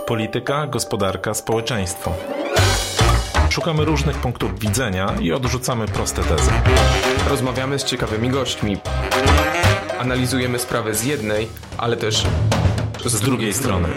Polityka, gospodarka, społeczeństwo. Szukamy różnych punktów widzenia i odrzucamy proste tezy. Rozmawiamy z ciekawymi gośćmi. Analizujemy sprawy z jednej, ale też z drugiej strony.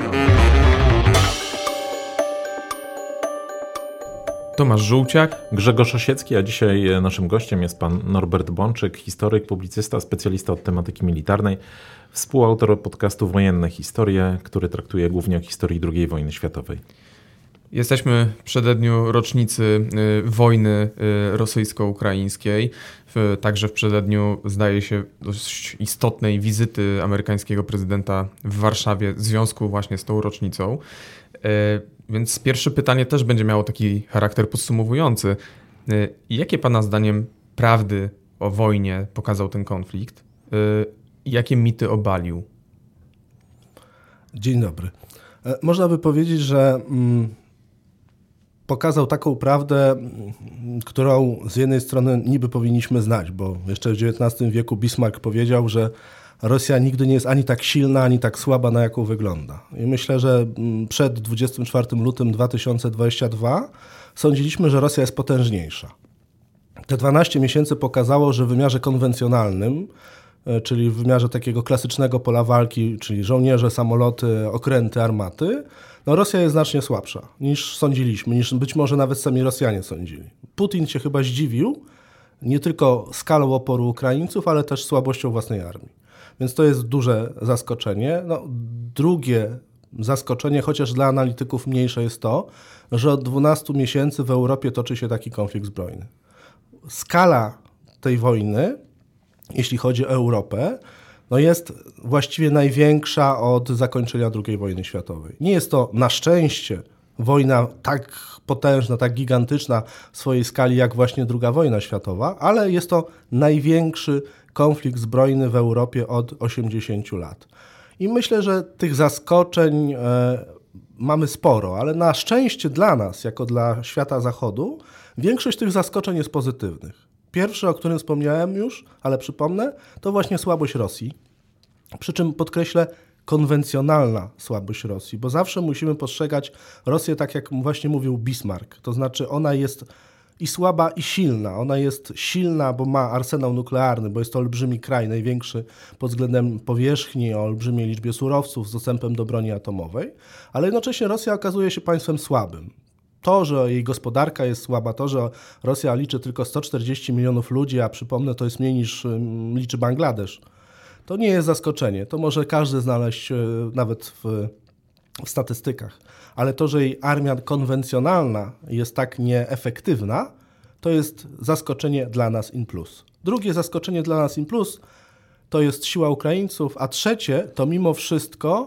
Tomasz Żółciak, Grzegorz Osiecki, a dzisiaj naszym gościem jest pan Norbert Bączyk, historyk, publicysta, specjalista od tematyki militarnej, współautor podcastu Wojenne Historie, który traktuje głównie o historii II wojny światowej. Jesteśmy w przededniu rocznicy wojny rosyjsko-ukraińskiej, także w przededniu, zdaje się, dość istotnej wizyty amerykańskiego prezydenta w Warszawie w związku właśnie z tą rocznicą. Więc pierwsze pytanie też będzie miało taki charakter podsumowujący. Jakie pana zdaniem prawdy o wojnie pokazał ten konflikt? Jakie mity obalił? Dzień dobry. Można by powiedzieć, że pokazał taką prawdę, którą z jednej strony niby powinniśmy znać, bo jeszcze w XIX wieku Bismarck powiedział, że Rosja nigdy nie jest ani tak silna, ani tak słaba, na jaką wygląda. I myślę, że przed 24 lutym 2022 sądziliśmy, że Rosja jest potężniejsza. Te 12 miesięcy pokazało, że w wymiarze konwencjonalnym, czyli w wymiarze takiego klasycznego pola walki, czyli żołnierze, samoloty, okręty, armaty, no Rosja jest znacznie słabsza niż sądziliśmy, niż być może nawet sami Rosjanie sądzili. Putin się chyba zdziwił nie tylko skalą oporu Ukraińców, ale też słabością własnej armii. Więc to jest duże zaskoczenie. No, drugie zaskoczenie, chociaż dla analityków mniejsze, jest to, że od 12 miesięcy w Europie toczy się taki konflikt zbrojny. Skala tej wojny, jeśli chodzi o Europę, no jest właściwie największa od zakończenia II wojny światowej. Nie jest to na szczęście wojna tak potężna, tak gigantyczna w swojej skali jak właśnie II wojna światowa, ale jest to największy konflikt zbrojny w Europie od 80 lat. I myślę, że tych zaskoczeń mamy sporo, ale na szczęście dla nas, jako dla świata zachodu, większość tych zaskoczeń jest pozytywnych. Pierwsze, o którym wspomniałem już, ale przypomnę, to właśnie słabość Rosji. Przy czym podkreślę, konwencjonalna słabość Rosji, bo zawsze musimy postrzegać Rosję tak, jak właśnie mówił Bismarck. To znaczy ona jest i słaba, i silna. Ona jest silna, bo ma arsenał nuklearny, bo jest to olbrzymi kraj, największy pod względem powierzchni, o olbrzymiej liczbie surowców z dostępem do broni atomowej, ale jednocześnie Rosja okazuje się państwem słabym. To, że jej gospodarka jest słaba, to, że Rosja liczy tylko 140 milionów ludzi, a przypomnę, to jest mniej niż liczy Bangladesz, to nie jest zaskoczenie. To może każdy znaleźć nawet w statystykach. Ale to, że jej armia konwencjonalna jest tak nieefektywna, to jest zaskoczenie dla nas in plus. Drugie zaskoczenie dla nas in plus to jest siła Ukraińców, a trzecie to mimo wszystko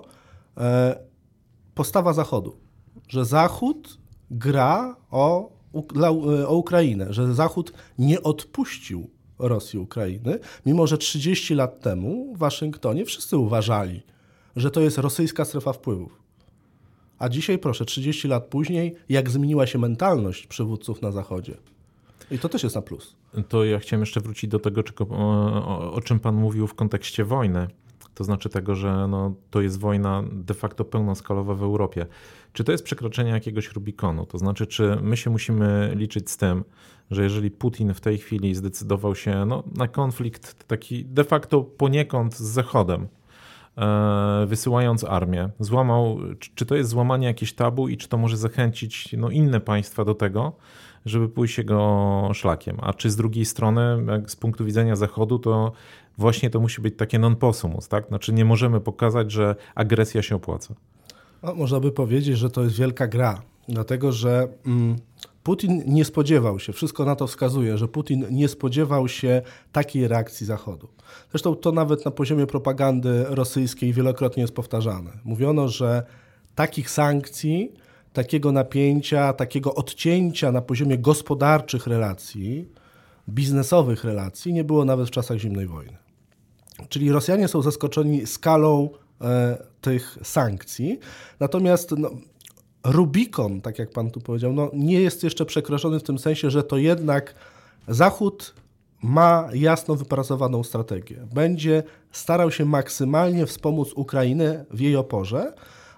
postawa Zachodu. Że Zachód gra o Ukrainę, że Zachód nie odpuścił Rosji Ukrainy, mimo że 30 lat temu w Waszyngtonie wszyscy uważali, że to jest rosyjska strefa wpływów. A dzisiaj, proszę, 30 lat później, jak zmieniła się mentalność przywódców na Zachodzie. I to też jest na plus. To ja chciałem jeszcze wrócić do tego, o czym pan mówił w kontekście wojny. To znaczy tego, że to jest wojna de facto pełnoskalowa w Europie. Czy to jest przekroczenie jakiegoś Rubikonu? To znaczy, czy my się musimy liczyć z tym, że jeżeli Putin w tej chwili zdecydował się na konflikt taki de facto poniekąd z Zachodem, wysyłając armię, czy to jest złamanie jakiegoś tabu i czy to może zachęcić inne państwa do tego, żeby pójść jego szlakiem? A czy z drugiej strony, z punktu widzenia Zachodu, to właśnie to musi być takie non possumus, tak? Znaczy nie możemy pokazać, że agresja się opłaca. Można by powiedzieć, że to jest wielka gra, dlatego że Putin nie spodziewał się, wszystko na to wskazuje, że Putin nie spodziewał się takiej reakcji Zachodu. Zresztą to nawet na poziomie propagandy rosyjskiej wielokrotnie jest powtarzane. Mówiono, że takich sankcji, takiego napięcia, takiego odcięcia na poziomie gospodarczych relacji, biznesowych relacji nie było nawet w czasach zimnej wojny. Czyli Rosjanie są zaskoczeni skalą tych sankcji, natomiast Rubikon, tak jak pan tu powiedział, nie jest jeszcze przekroczony w tym sensie, że to jednak Zachód ma jasno wypracowaną strategię. Będzie starał się maksymalnie wspomóc Ukrainę w jej oporze,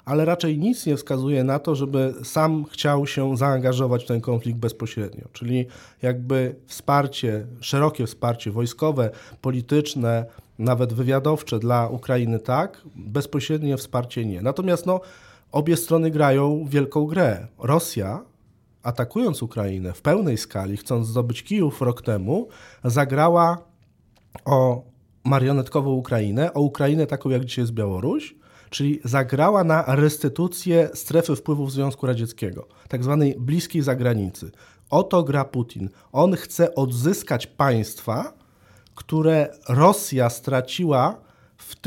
ale raczej nic nie wskazuje na to, żeby sam chciał się zaangażować w ten konflikt bezpośrednio. Czyli jakby wsparcie, szerokie wsparcie wojskowe, polityczne, nawet wywiadowcze dla Ukrainy tak, bezpośrednie wsparcie nie. Natomiast obie strony grają wielką grę. Rosja, atakując Ukrainę w pełnej skali, chcąc zdobyć Kijów rok temu, zagrała o marionetkową Ukrainę, o Ukrainę taką jak dzisiaj jest Białoruś, czyli zagrała na restytucję strefy wpływów Związku Radzieckiego, tak zwanej bliskiej zagranicy. O to gra Putin. On chce odzyskać państwa, które Rosja straciła w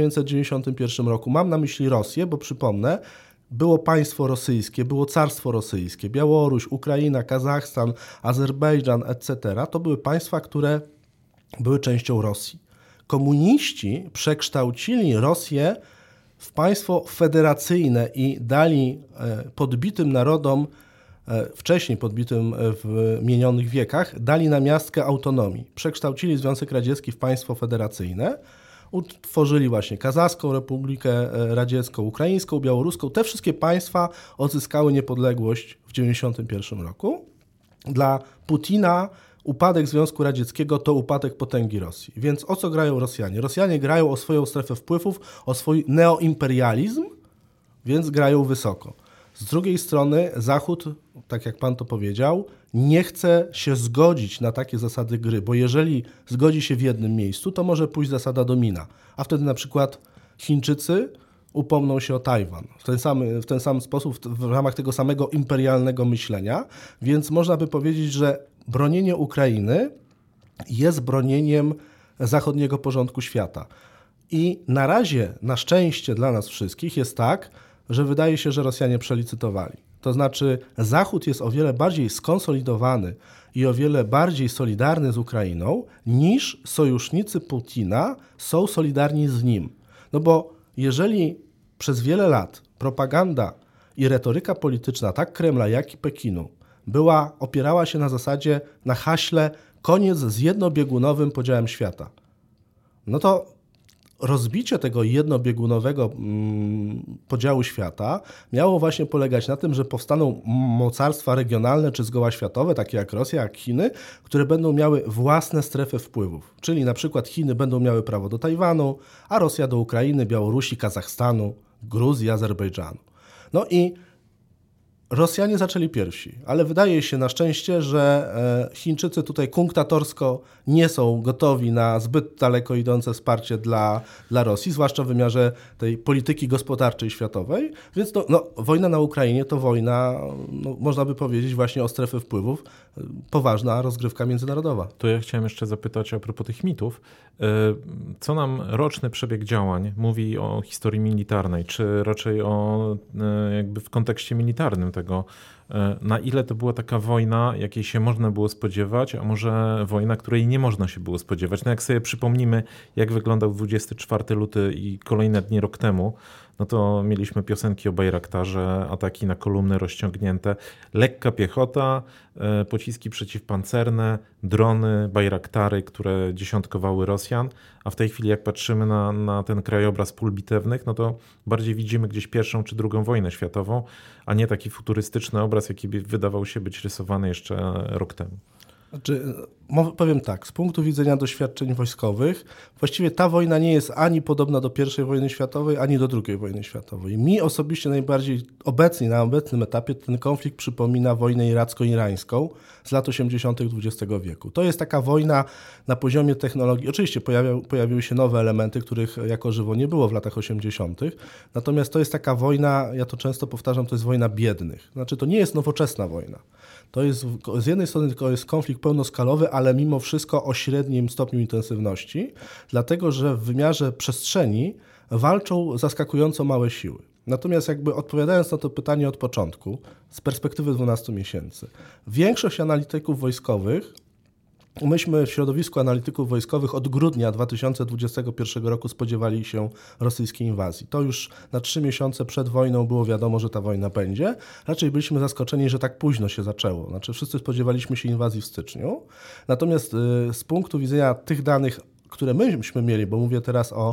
1991 roku. Mam na myśli Rosję, bo przypomnę, było państwo rosyjskie, było carstwo rosyjskie, Białoruś, Ukraina, Kazachstan, Azerbejdżan, etc. To były państwa, które były częścią Rosji. Komuniści przekształcili Rosję w państwo federacyjne i dali podbitym narodom, wcześniej podbitym w minionych wiekach, dali namiastkę autonomii. Przekształcili Związek Radziecki w państwo federacyjne, utworzyli właśnie Kazachską Republikę Radziecką, Ukraińską, Białoruską. Te wszystkie państwa odzyskały niepodległość w 1991 roku. Dla Putina upadek Związku Radzieckiego to upadek potęgi Rosji. Więc o co grają Rosjanie? Rosjanie grają o swoją strefę wpływów, o swój neoimperializm, więc grają wysoko. Z drugiej strony Zachód, tak jak pan to powiedział, nie chce się zgodzić na takie zasady gry, bo jeżeli zgodzi się w jednym miejscu, to może pójść zasada domina, a wtedy na przykład Chińczycy upomną się o Tajwan w ten sam sposób, w ramach tego samego imperialnego myślenia, więc można by powiedzieć, że bronienie Ukrainy jest bronieniem zachodniego porządku świata. I na razie, na szczęście dla nas wszystkich jest tak, że wydaje się, że Rosjanie przelicytowali. To znaczy Zachód jest o wiele bardziej skonsolidowany i o wiele bardziej solidarny z Ukrainą, niż sojusznicy Putina są solidarni z nim. No bo jeżeli przez wiele lat propaganda i retoryka polityczna tak Kremla, jak i Pekinu opierała się na zasadzie, na haśle koniec z jednobiegunowym podziałem świata, no to rozbicie tego jednobiegunowego podziału świata miało właśnie polegać na tym, że powstaną mocarstwa regionalne czy zgoła światowe, takie jak Rosja, jak Chiny, które będą miały własne strefy wpływów. Czyli na przykład Chiny będą miały prawo do Tajwanu, a Rosja do Ukrainy, Białorusi, Kazachstanu, Gruzji, Azerbejdżanu. No i Rosjanie zaczęli pierwsi, ale wydaje się na szczęście, że Chińczycy tutaj kunktatorsko nie są gotowi na zbyt daleko idące wsparcie dla Rosji, zwłaszcza w wymiarze tej polityki gospodarczej światowej. Więc wojna na Ukrainie to wojna, można by powiedzieć, właśnie o strefy wpływów, poważna rozgrywka międzynarodowa. To ja chciałem jeszcze zapytać a propos tych mitów. Co nam roczny przebieg działań mówi o historii militarnej, czy raczej jakby w kontekście militarnym tego, na ile to była taka wojna, jakiej się można było spodziewać, a może wojna, której nie można się było spodziewać. Jak sobie przypomnimy, jak wyglądał 24 luty i kolejne dni rok temu, no to mieliśmy piosenki o Bajraktarze, ataki na kolumny rozciągnięte, lekka piechota, pociski przeciwpancerne, drony, Bajraktary, które dziesiątkowały Rosjan, a w tej chwili jak patrzymy na ten krajobraz pól bitewnych, no to bardziej widzimy gdzieś pierwszą czy drugą wojnę światową, a nie taki futurystyczny obraz, jaki wydawał się być rysowany jeszcze rok temu. Powiem tak, z punktu widzenia doświadczeń wojskowych, właściwie ta wojna nie jest ani podobna do I wojny światowej, ani do II wojny światowej. Mi osobiście najbardziej na obecnym etapie ten konflikt przypomina wojnę iracko-irańską z lat 80. XX wieku. To jest taka wojna na poziomie technologii. Oczywiście pojawiły się nowe elementy, których jako żywo nie było w latach 80. Natomiast to jest taka wojna, ja to często powtarzam, to jest wojna biednych. Znaczy to nie jest nowoczesna wojna. To jest z jednej strony tylko jest konflikt pełnoskalowy, ale mimo wszystko o średnim stopniu intensywności, dlatego że w wymiarze przestrzeni walczą zaskakująco małe siły. Natomiast jakby odpowiadając na to pytanie od początku, z perspektywy 12 miesięcy, większość analityków wojskowych, myśmy w środowisku analityków wojskowych od grudnia 2021 roku spodziewali się rosyjskiej inwazji. To już na 3 miesiące przed wojną było wiadomo, że ta wojna będzie. Raczej byliśmy zaskoczeni, że tak późno się zaczęło. Znaczy wszyscy spodziewaliśmy się inwazji w styczniu. Natomiast z punktu widzenia tych danych, które myśmy mieli, bo mówię teraz o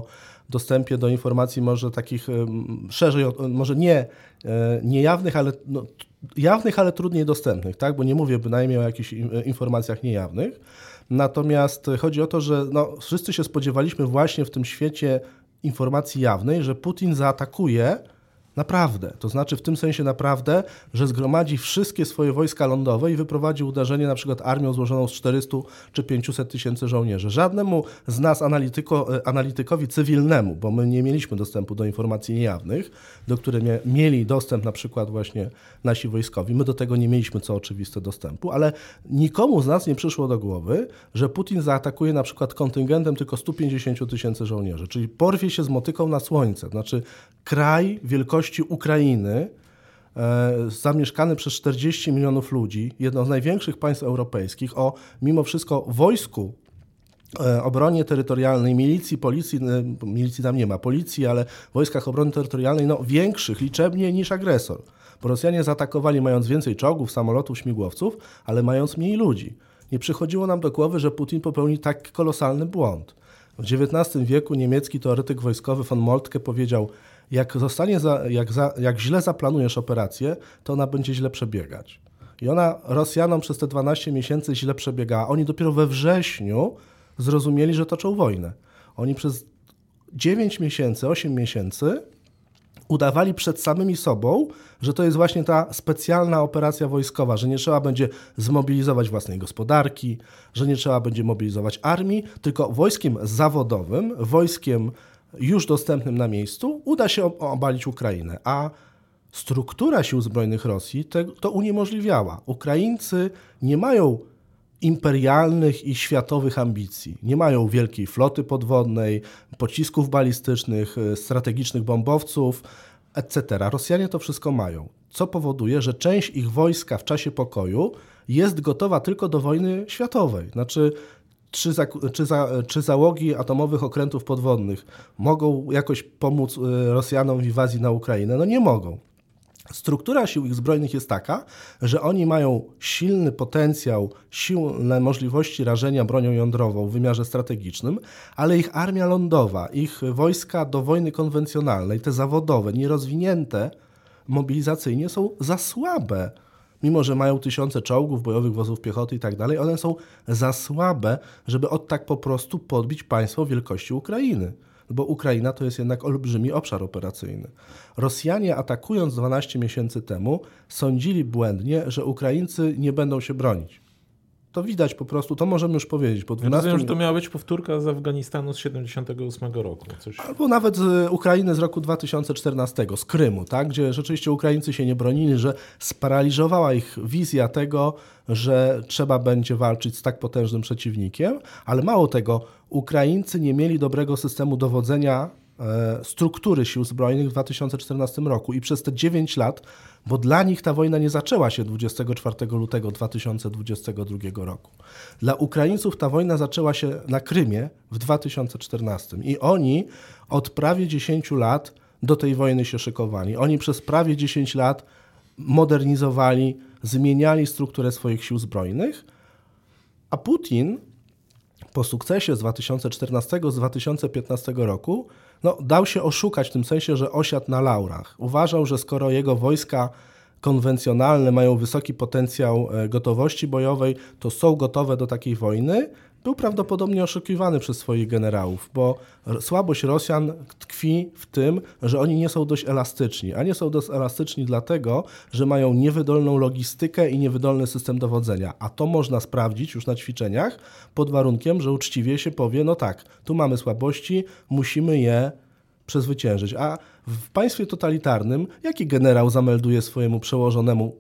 dostępie do informacji może takich szerzej, może nie jawnych, ale jawnych, ale trudniej dostępnych, tak? Bo nie mówię bynajmniej o jakichś informacjach niejawnych. Natomiast chodzi o to, że wszyscy się spodziewaliśmy właśnie w tym świecie informacji jawnej, że Putin zaatakuje naprawdę. To znaczy w tym sensie naprawdę, że zgromadzi wszystkie swoje wojska lądowe i wyprowadzi uderzenie na przykład armią złożoną z 400 czy 500 tysięcy żołnierzy. Żadnemu z nas analitykowi cywilnemu, bo my nie mieliśmy dostępu do informacji niejawnych, do których mieli dostęp na przykład właśnie nasi wojskowi. My do tego nie mieliśmy co oczywiste dostępu, ale nikomu z nas nie przyszło do głowy, że Putin zaatakuje na przykład kontyngentem tylko 150 tysięcy żołnierzy, czyli porwie się z motyką na słońce. Znaczy kraj wielkości Ukrainy, zamieszkany przez 40 milionów ludzi, jedno z największych państw europejskich, o mimo wszystko wojsku, obronie terytorialnej, milicji, policji, milicji tam nie ma, policji, ale wojskach obrony terytorialnej, większych liczebnie niż agresor. Bo Rosjanie zaatakowali mając więcej czołgów, samolotów, śmigłowców, ale mając mniej ludzi. Nie przychodziło nam do głowy, że Putin popełni tak kolosalny błąd. W XIX wieku niemiecki teoretyk wojskowy von Moltke powiedział: jak źle zaplanujesz operację, to ona będzie źle przebiegać. I ona Rosjanom przez te 12 miesięcy źle przebiegała. Oni dopiero we wrześniu zrozumieli, że toczą wojnę. Oni przez 9 miesięcy, 8 miesięcy udawali przed samymi sobą, że to jest właśnie ta specjalna operacja wojskowa, że nie trzeba będzie zmobilizować własnej gospodarki, że nie trzeba będzie mobilizować armii, tylko wojskiem zawodowym, wojskiem już dostępnym na miejscu uda się obalić Ukrainę, a struktura sił zbrojnych Rosji to uniemożliwiała. Ukraińcy nie mają imperialnych i światowych ambicji. Nie mają wielkiej floty podwodnej, pocisków balistycznych, strategicznych bombowców, etc. Rosjanie to wszystko mają, co powoduje, że część ich wojska w czasie pokoju jest gotowa tylko do wojny światowej. Znaczy, czy załogi atomowych okrętów podwodnych mogą jakoś pomóc Rosjanom w inwazji na Ukrainę? No nie mogą. Struktura sił ich zbrojnych jest taka, że oni mają silny potencjał, silne możliwości rażenia bronią jądrową w wymiarze strategicznym, ale ich armia lądowa, ich wojska do wojny konwencjonalnej, te zawodowe, nierozwinięte mobilizacyjnie są za słabe. Mimo że mają tysiące czołgów, bojowych wozów piechoty i tak dalej, one są za słabe, żeby tak po prostu podbić państwo wielkości Ukrainy. Bo Ukraina to jest jednak olbrzymi obszar operacyjny. Rosjanie, atakując 12 miesięcy temu, sądzili błędnie, że Ukraińcy nie będą się bronić. To widać po prostu, to możemy już powiedzieć. Po 12... Rozumiem, że to miała być powtórka z Afganistanu z 1978 roku. Albo nawet z Ukrainy z roku 2014, z Krymu, tak? Gdzie rzeczywiście Ukraińcy się nie bronili, że sparaliżowała ich wizja tego, że trzeba będzie walczyć z tak potężnym przeciwnikiem, ale mało tego, Ukraińcy nie mieli dobrego systemu dowodzenia struktury sił zbrojnych w 2014 roku i przez te 9 lat, bo dla nich ta wojna nie zaczęła się 24 lutego 2022 roku. Dla Ukraińców ta wojna zaczęła się na Krymie w 2014 i oni od prawie 10 lat do tej wojny się szykowali. Oni przez prawie 10 lat modernizowali, zmieniali strukturę swoich sił zbrojnych, a Putin po sukcesie z 2014, z 2015 roku dał się oszukać w tym sensie, że osiadł na laurach. Uważał, że skoro jego wojska konwencjonalne mają wysoki potencjał gotowości bojowej, to są gotowe do takiej wojny. Był prawdopodobnie oszukiwany przez swoich generałów, bo słabość Rosjan tkwi w tym, że oni nie są dość elastyczni, a nie są dość elastyczni dlatego, że mają niewydolną logistykę i niewydolny system dowodzenia, a to można sprawdzić już na ćwiczeniach pod warunkiem, że uczciwie się powie, tu mamy słabości, musimy je przezwyciężyć. A w państwie totalitarnym jaki generał zamelduje swojemu przełożonemu,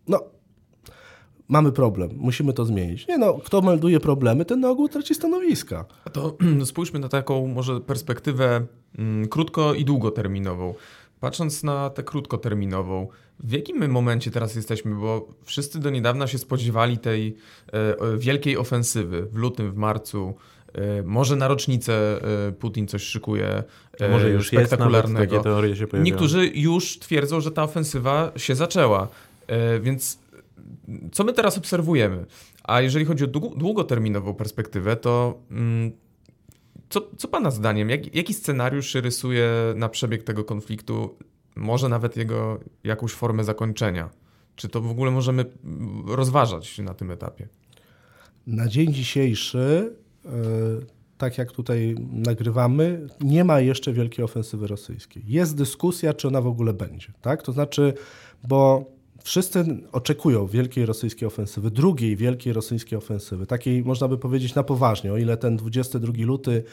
mamy problem, musimy to zmienić. Kto melduje problemy, ten na ogół traci stanowiska. A to spójrzmy na taką może perspektywę krótko- i długoterminową. Patrząc na tę krótkoterminową, w jakim my momencie teraz jesteśmy? Bo wszyscy do niedawna się spodziewali tej wielkiej ofensywy w lutym, w marcu. Może na rocznicę Putin coś szykuje może już spektakularnego. Jest, takie teorie się pojawiają. Niektórzy już twierdzą, że ta ofensywa się zaczęła. Więc co my teraz obserwujemy? A jeżeli chodzi o długoterminową perspektywę, to Co pana zdaniem, jaki scenariusz się rysuje na przebieg tego konfliktu, może nawet jego jakąś formę zakończenia? Czy to w ogóle możemy rozważać na tym etapie? Na dzień dzisiejszy, tak jak tutaj nagrywamy, nie ma jeszcze wielkiej ofensywy rosyjskiej. Jest dyskusja, czy ona w ogóle będzie. Tak? To znaczy, bo wszyscy oczekują wielkiej rosyjskiej ofensywy, drugiej wielkiej rosyjskiej ofensywy, takiej można by powiedzieć na poważnie, o ile ten 22 luty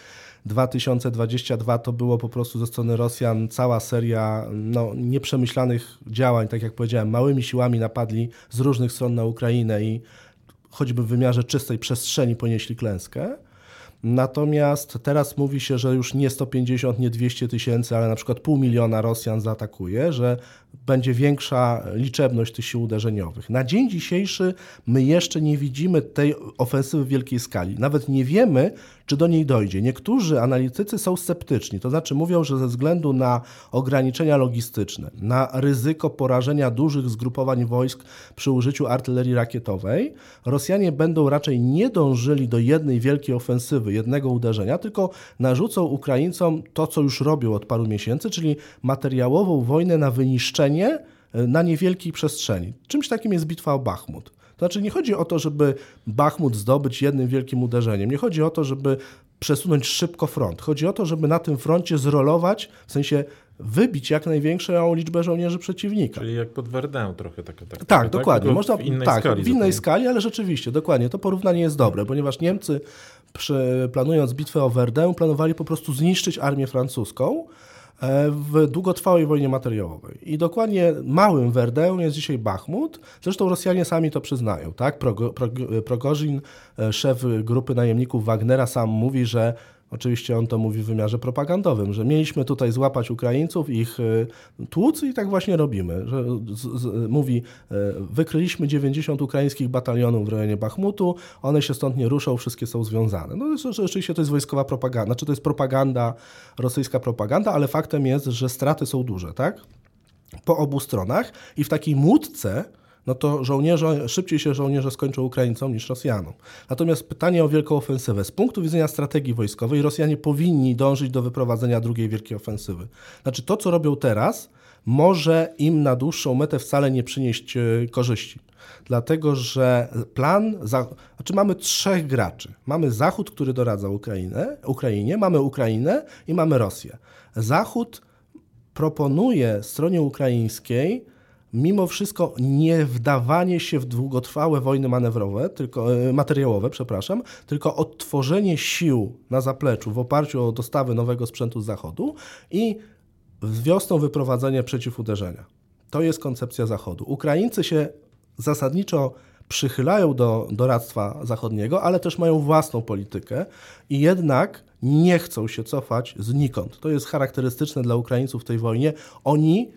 2022 to było po prostu ze strony Rosjan cała seria nieprzemyślanych działań, tak jak powiedziałem, małymi siłami napadli z różnych stron na Ukrainę i choćby w wymiarze czystej przestrzeni ponieśli klęskę. Natomiast teraz mówi się, że już nie 150, nie 200 tysięcy, ale na przykład 500 000 Rosjan zaatakuje, że będzie większa liczebność tych sił uderzeniowych. Na dzień dzisiejszy my jeszcze nie widzimy tej ofensywy w wielkiej skali. Nawet nie wiemy, czy do niej dojdzie. Niektórzy analitycy są sceptyczni, to znaczy mówią, że ze względu na ograniczenia logistyczne, na ryzyko porażenia dużych zgrupowań wojsk przy użyciu artylerii rakietowej, Rosjanie będą raczej nie dążyli do jednej wielkiej ofensywy, jednego uderzenia, tylko narzucą Ukraińcom to, co już robią od paru miesięcy, czyli materiałową wojnę na wyniszczenie na niewielkiej przestrzeni. Czymś takim jest bitwa o Bachmut. To znaczy nie chodzi o to, żeby Bachmut zdobyć jednym wielkim uderzeniem. Nie chodzi o to, żeby przesunąć szybko front. Chodzi o to, żeby na tym froncie zrolować, w sensie wybić jak największą liczbę żołnierzy przeciwnika. Czyli jak pod Verdun trochę tak, dokładnie. Można, w innej skali, ale rzeczywiście, dokładnie. To porównanie jest dobre, ponieważ Niemcy planując bitwę o Verdun, planowali po prostu zniszczyć armię francuską w długotrwałej wojnie materiałowej. I dokładnie małym Verdun jest dzisiaj Bachmut. Zresztą Rosjanie sami to przyznają. Tak? Progorzin, szef grupy najemników Wagnera, sam mówi, że oczywiście on to mówi w wymiarze propagandowym, że mieliśmy tutaj złapać Ukraińców, ich tłuc i tak właśnie robimy. Że mówi, wykryliśmy 90 ukraińskich batalionów w rejonie Bachmutu, one się stąd nie ruszą, wszystkie są związane. No rzeczywiście to jest wojskowa propaganda, znaczy to jest propaganda, rosyjska propaganda, ale faktem jest, że straty są duże, tak? Po obu stronach i w takiej młódce no to szybciej się żołnierze skończą Ukraińcom niż Rosjanom. Natomiast pytanie o wielką ofensywę. Z punktu widzenia strategii wojskowej Rosjanie powinni dążyć do wyprowadzenia drugiej wielkiej ofensywy. Znaczy to, co robią teraz, może im na dłuższą metę wcale nie przynieść korzyści. Dlatego, że mamy trzech graczy. Mamy Zachód, który doradza Ukrainie, mamy Ukrainę i mamy Rosję. Zachód proponuje stronie ukraińskiej mimo wszystko nie wdawanie się w długotrwałe wojny materiałowe, tylko odtworzenie sił na zapleczu w oparciu o dostawy nowego sprzętu z Zachodu i wiosną wyprowadzenie przeciwuderzenia. To jest koncepcja Zachodu. Ukraińcy się zasadniczo przychylają do doradztwa zachodniego, ale też mają własną politykę i jednak nie chcą się cofać znikąd. To jest charakterystyczne dla Ukraińców w tej wojnie. Oni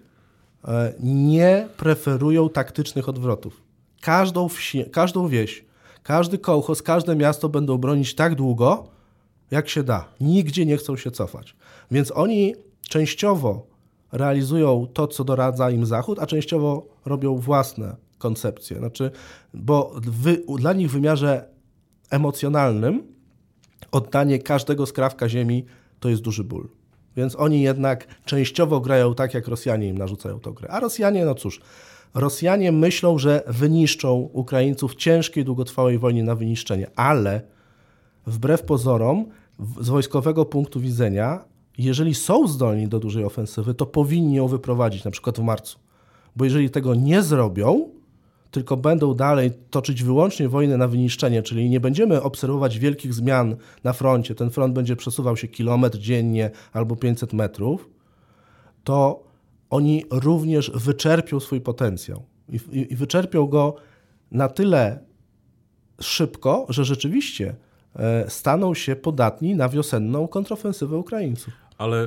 nie preferują taktycznych odwrotów. Każdą wieś, każdy kołchoz, każde miasto będą bronić tak długo, jak się da. Nigdzie nie chcą się cofać. Więc oni częściowo realizują to, co doradza im Zachód, a częściowo robią własne koncepcje. Znaczy, bo dla nich w wymiarze emocjonalnym oddanie każdego skrawka ziemi to jest duży ból. Więc oni jednak częściowo grają tak, jak Rosjanie im narzucają tę grę. A Rosjanie, Rosjanie myślą, że wyniszczą Ukraińców w ciężkiej, długotrwałej wojnie na wyniszczenie, ale wbrew pozorom, z wojskowego punktu widzenia, jeżeli są zdolni do dużej ofensywy, to powinni ją wyprowadzić, na przykład w marcu. Bo jeżeli tego nie zrobią, tylko będą dalej toczyć wyłącznie wojnę na wyniszczenie, czyli nie będziemy obserwować wielkich zmian na froncie, ten front będzie przesuwał się kilometr dziennie albo 500 metrów, to oni również wyczerpią swój potencjał. I wyczerpią go na tyle szybko, że rzeczywiście staną się podatni na wiosenną kontrofensywę Ukraińców. Ale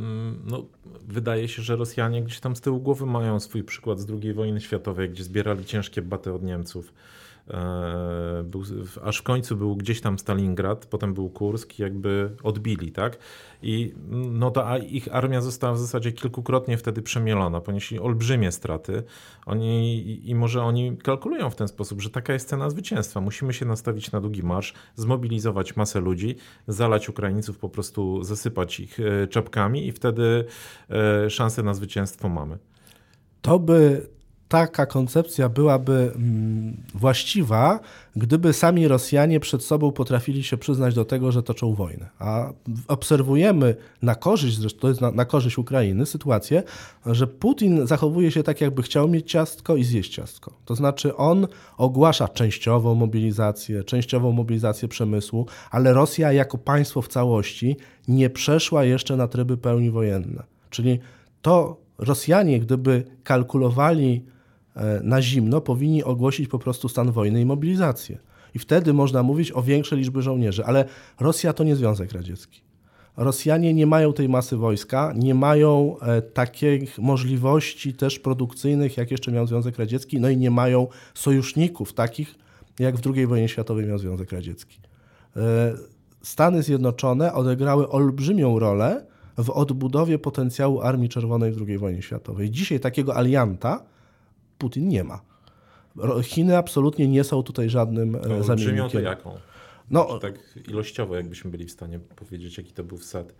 wydaje się, że Rosjanie gdzieś tam z tyłu głowy mają swój przykład z II wojny światowej, gdzie zbierali ciężkie baty od Niemców. aż w końcu był gdzieś tam Stalingrad, potem był Kursk i jakby odbili, tak? I no to ich armia została w zasadzie kilkukrotnie wtedy przemielona, ponieśli olbrzymie straty. Może oni kalkulują w ten sposób, że taka jest cena zwycięstwa. Musimy się nastawić na długi marsz, zmobilizować masę ludzi, zalać Ukraińców, po prostu zasypać ich czapkami i wtedy szansę na zwycięstwo mamy. Taka koncepcja byłaby właściwa, gdyby sami Rosjanie przed sobą potrafili się przyznać do tego, że toczą wojnę. A obserwujemy na korzyść, zresztą to jest na korzyść Ukrainy, sytuację, że Putin zachowuje się tak, jakby chciał mieć ciastko i zjeść ciastko. To znaczy on ogłasza częściową mobilizację przemysłu, ale Rosja jako państwo w całości nie przeszła jeszcze na tryby pełni wojenne. Czyli to Rosjanie, gdyby kalkulowali na zimno, powinni ogłosić po prostu stan wojny i mobilizację. I wtedy można mówić o większej liczbie żołnierzy, ale Rosja to nie Związek Radziecki. Rosjanie nie mają tej masy wojska, nie mają takich możliwości też produkcyjnych, jak jeszcze miał Związek Radziecki, no i nie mają sojuszników takich, jak w II wojnie światowej miał Związek Radziecki. Stany Zjednoczone odegrały olbrzymią rolę w odbudowie potencjału Armii Czerwonej w II wojnie światowej. Dzisiaj takiego alianta Putin nie ma. Chiny absolutnie nie są tutaj żadnym zamiennikiem. Olbrzymią to jaką? No, tak ilościowo, jakbyśmy byli w stanie powiedzieć, jaki to był wsad.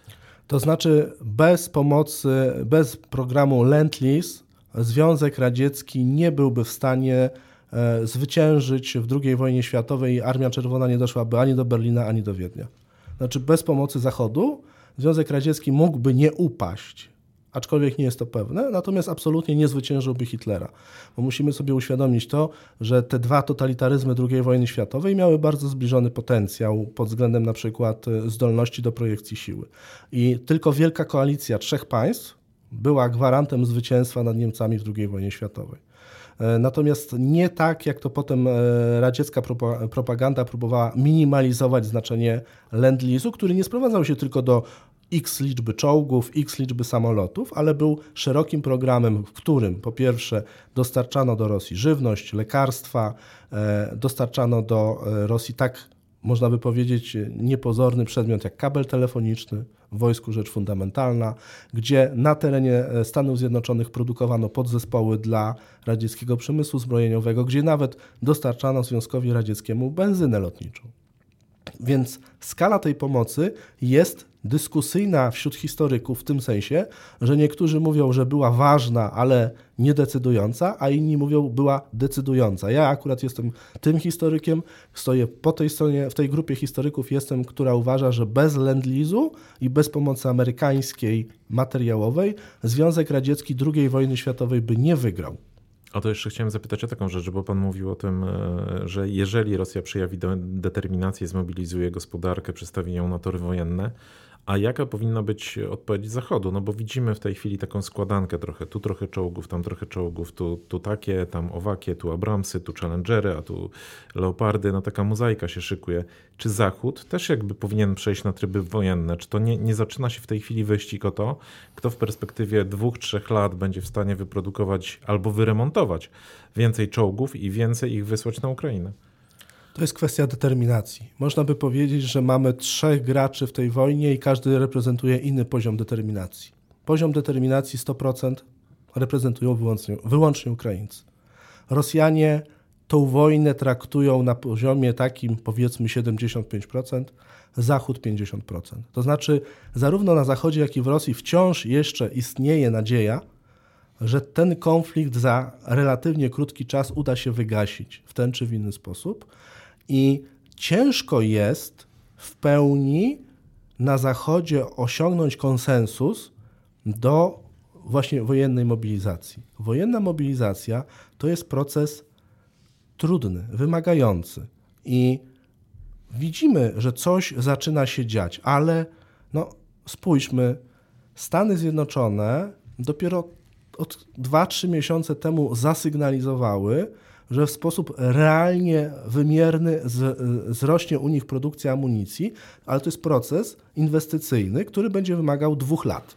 To znaczy bez pomocy, bez programu Lend-Lease Związek Radziecki nie byłby w stanie zwyciężyć w II wojnie światowej i Armia Czerwona nie doszłaby ani do Berlina, ani do Wiednia. Znaczy bez pomocy Zachodu Związek Radziecki mógłby nie upaść, aczkolwiek nie jest to pewne, natomiast absolutnie nie zwyciężyłby Hitlera. Bo musimy sobie uświadomić to, że te dwa totalitaryzmy II wojny światowej miały bardzo zbliżony potencjał pod względem na przykład zdolności do projekcji siły. I tylko wielka koalicja 3 państw była gwarantem zwycięstwa nad Niemcami w II wojnie światowej. Natomiast nie tak, jak to potem radziecka propaganda próbowała minimalizować znaczenie Lend-Lease'u, który nie sprowadzał się tylko do x liczby czołgów, x liczby samolotów, ale był szerokim programem, w którym po pierwsze dostarczano do Rosji żywność, lekarstwa, dostarczano do Rosji tak, można by powiedzieć, niepozorny przedmiot jak kabel telefoniczny, w wojsku rzecz fundamentalna, gdzie na terenie Stanów Zjednoczonych produkowano podzespoły dla radzieckiego przemysłu zbrojeniowego, gdzie nawet dostarczano Związkowi Radzieckiemu benzynę lotniczą. Więc skala tej pomocy jest dyskusyjna wśród historyków w tym sensie, że niektórzy mówią, że była ważna, ale niedecydująca, a inni mówią, była decydująca. Ja akurat jestem tym historykiem, stoję po tej stronie, w tej grupie historyków jestem, która uważa, że bez Lend-Lease'u i bez pomocy amerykańskiej materiałowej Związek Radziecki II wojny światowej by nie wygrał. O to jeszcze chciałem zapytać o taką rzecz, bo pan mówił o tym, że jeżeli Rosja przejawi determinację, zmobilizuje gospodarkę, przestawi ją na tory wojenne, a jaka powinna być odpowiedź Zachodu? No bo widzimy w tej chwili taką składankę trochę, tu trochę czołgów, tam trochę czołgów, tu takie, tam owakie, tu Abramsy, tu Challengery, a tu Leopardy, no taka mozaika się szykuje. Czy Zachód też jakby powinien przejść na tryby wojenne? Czy to nie zaczyna się w tej chwili wyścig o to, kto w perspektywie 2-3 lat będzie w stanie wyprodukować albo wyremontować więcej czołgów i więcej ich wysłać na Ukrainę? To jest kwestia determinacji. Można by powiedzieć, że mamy 3 graczy w tej wojnie i każdy reprezentuje inny poziom determinacji. Poziom determinacji 100% reprezentują wyłącznie Ukraińcy. Rosjanie tą wojnę traktują na poziomie takim, powiedzmy 75%, Zachód 50%. To znaczy zarówno na Zachodzie, jak i w Rosji wciąż jeszcze istnieje nadzieja, że ten konflikt za relatywnie krótki czas uda się wygasić w ten czy w inny sposób. I ciężko jest w pełni na Zachodzie osiągnąć konsensus do właśnie wojennej mobilizacji. Wojenna mobilizacja to jest proces trudny, wymagający i widzimy, że coś zaczyna się dziać, ale no, spójrzmy, Stany Zjednoczone dopiero od 2-3 miesiące temu zasygnalizowały, że w sposób realnie wymierny wzrośnie u nich produkcja amunicji, ale to jest proces inwestycyjny, który będzie wymagał 2 lat.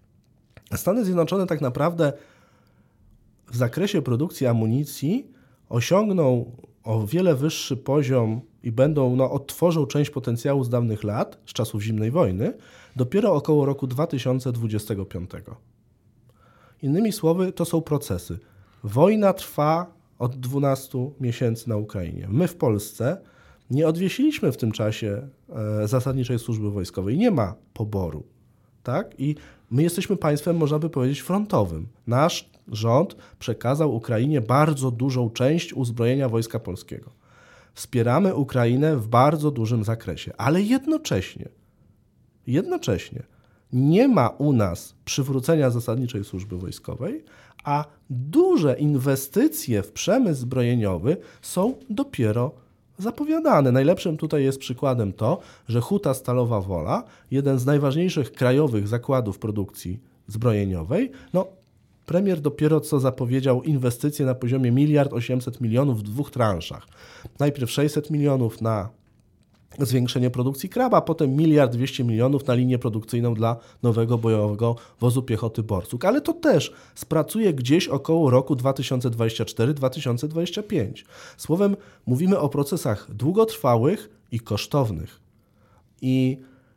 Stany Zjednoczone tak naprawdę w zakresie produkcji amunicji osiągną o wiele wyższy poziom i odtworzą część potencjału z dawnych lat, z czasów zimnej wojny, dopiero około roku 2025. Innymi słowy, to są procesy. Wojna trwa od 12 miesięcy na Ukrainie. My w Polsce nie odwiesiliśmy w tym czasie zasadniczej służby wojskowej. Nie ma poboru. Tak? I my jesteśmy państwem, można by powiedzieć, frontowym. Nasz rząd przekazał Ukrainie bardzo dużą część uzbrojenia Wojska Polskiego. Wspieramy Ukrainę w bardzo dużym zakresie, ale jednocześnie nie ma u nas przywrócenia zasadniczej służby wojskowej, a duże inwestycje w przemysł zbrojeniowy są dopiero zapowiadane. Najlepszym tutaj jest przykładem to, że Huta Stalowa Wola, jeden z najważniejszych krajowych zakładów produkcji zbrojeniowej, premier dopiero co zapowiedział inwestycje na poziomie 1,8 mld w 2 transzach. Najpierw 600 milionów na zwiększenie produkcji Kraba, a potem 1,2 mld na linię produkcyjną dla nowego bojowego wozu piechoty Borsuk. Ale to też spracuje gdzieś około roku 2024-2025. Słowem, mówimy o procesach długotrwałych i kosztownych. I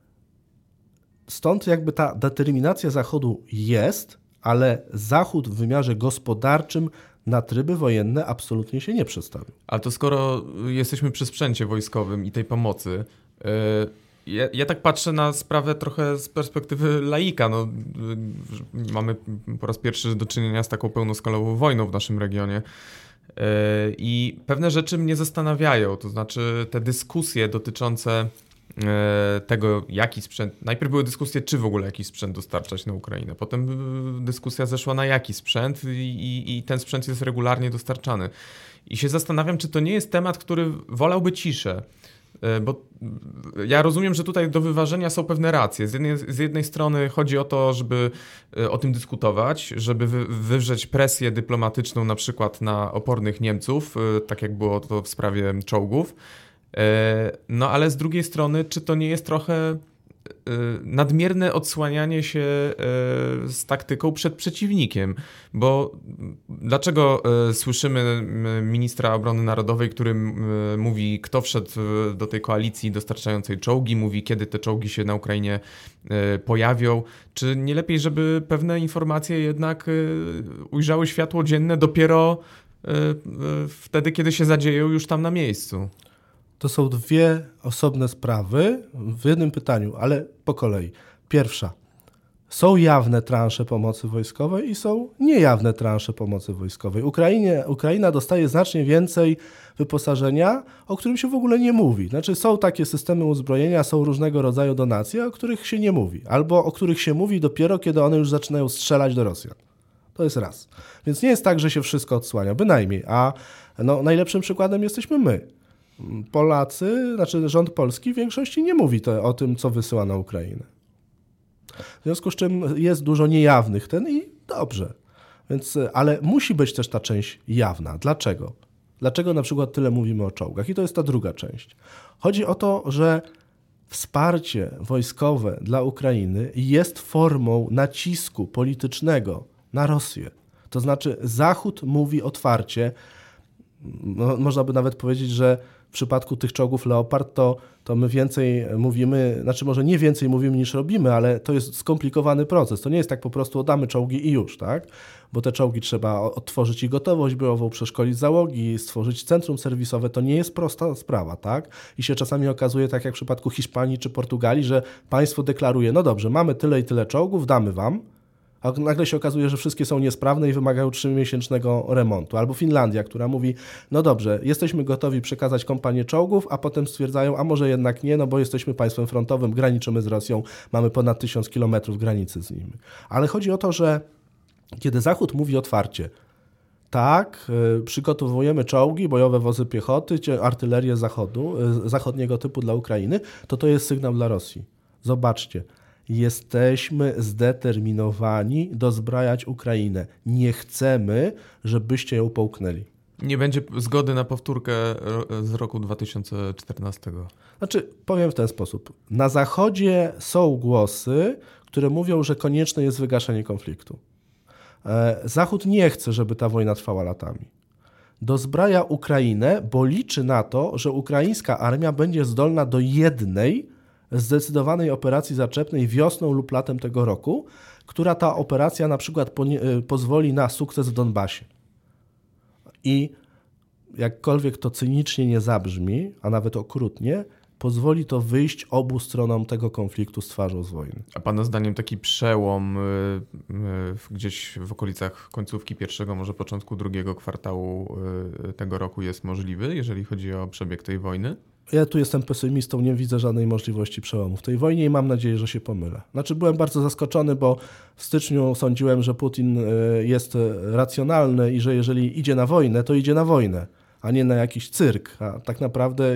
stąd jakby ta determinacja Zachodu jest, ale Zachód w wymiarze gospodarczym na tryby wojenne absolutnie się nie przestawił. A to skoro jesteśmy przy sprzęcie wojskowym i tej pomocy, ja tak patrzę na sprawę trochę z perspektywy laika. Mamy po raz pierwszy do czynienia z taką pełnoskalową wojną w naszym regionie i pewne rzeczy mnie zastanawiają, to znaczy te dyskusje dotyczące tego, jaki sprzęt. Najpierw były dyskusje, czy w ogóle jakiś sprzęt dostarczać na Ukrainę. Potem dyskusja zeszła na jaki sprzęt i ten sprzęt jest regularnie dostarczany. I się zastanawiam, czy to nie jest temat, który wolałby ciszę. Bo ja rozumiem, że tutaj do wyważenia są pewne racje. Z jednej strony chodzi o to, żeby o tym dyskutować, żeby wywrzeć presję dyplomatyczną na przykład na opornych Niemców, tak jak było to w sprawie czołgów. Ale z drugiej strony, czy to nie jest trochę nadmierne odsłanianie się z taktyką przed przeciwnikiem? Bo dlaczego słyszymy ministra obrony narodowej, który mówi, kto wszedł do tej koalicji dostarczającej czołgi, mówi, kiedy te czołgi się na Ukrainie pojawią? Czy nie lepiej, żeby pewne informacje jednak ujrzały światło dzienne dopiero wtedy, kiedy się zadzieją już tam na miejscu? To są dwie osobne sprawy w jednym pytaniu, ale po kolei. Pierwsza. Są jawne transze pomocy wojskowej i są niejawne transze pomocy wojskowej. Ukraina dostaje znacznie więcej wyposażenia, o którym się w ogóle nie mówi. Znaczy są takie systemy uzbrojenia, są różnego rodzaju donacje, o których się nie mówi. Albo o których się mówi dopiero, kiedy one już zaczynają strzelać do Rosjan. To jest raz. Więc nie jest tak, że się wszystko odsłania, bynajmniej. A najlepszym przykładem jesteśmy my. Polacy, rząd polski w większości nie mówi o tym, co wysyła na Ukrainę. W związku z czym jest dużo niejawnych i dobrze. Ale musi być też ta część jawna. Dlaczego? Dlaczego na przykład tyle mówimy o czołgach? I to jest ta druga część. Chodzi o to, że wsparcie wojskowe dla Ukrainy jest formą nacisku politycznego na Rosję. To znaczy Zachód mówi otwarcie, można by nawet powiedzieć, że w przypadku tych czołgów Leopard to my więcej mówimy, może nie więcej mówimy niż robimy, ale to jest skomplikowany proces. To nie jest tak po prostu oddamy czołgi i już, tak? Bo te czołgi trzeba odtworzyć i gotowość bojową, przeszkolić załogi, stworzyć centrum serwisowe. To nie jest prosta sprawa, tak? I się czasami okazuje, tak jak w przypadku Hiszpanii czy Portugalii, że państwo deklaruje, no dobrze, mamy tyle i tyle czołgów, damy wam, a nagle się okazuje, że wszystkie są niesprawne i wymagają 3-miesięcznego remontu. Albo Finlandia, która mówi, no dobrze, jesteśmy gotowi przekazać kompanię czołgów, a potem stwierdzają, a może jednak nie, bo jesteśmy państwem frontowym, graniczymy z Rosją, mamy ponad 1000 kilometrów granicy z nimi. Ale chodzi o to, że kiedy Zachód mówi otwarcie, tak, przygotowujemy czołgi, bojowe wozy piechoty, artylerię zachodniego typu dla Ukrainy, to jest sygnał dla Rosji. Zobaczcie. Jesteśmy zdeterminowani dozbrajać Ukrainę. Nie chcemy, żebyście ją połknęli. Nie będzie zgody na powtórkę z roku 2014. Powiem w ten sposób. Na Zachodzie są głosy, które mówią, że konieczne jest wygaszenie konfliktu. Zachód nie chce, żeby ta wojna trwała latami. dozbraja Ukrainę, bo liczy na to, że ukraińska armia będzie zdolna do jednej zdecydowanej operacji zaczepnej wiosną lub latem tego roku, która ta operacja na przykład pozwoli na sukces w Donbasie. I jakkolwiek to cynicznie nie zabrzmi, a nawet okrutnie, pozwoli to wyjść obu stronom tego konfliktu z twarzą z wojny. A pana zdaniem taki przełom gdzieś w okolicach końcówki pierwszego, może początku drugiego kwartału tego roku jest możliwy, jeżeli chodzi o przebieg tej wojny? Ja tu jestem pesymistą, nie widzę żadnej możliwości przełomu w tej wojnie i mam nadzieję, że się pomylę. Znaczy byłem bardzo zaskoczony, bo w styczniu sądziłem, że Putin jest racjonalny i że jeżeli idzie na wojnę, to idzie na wojnę, a nie na jakiś cyrk. A tak naprawdę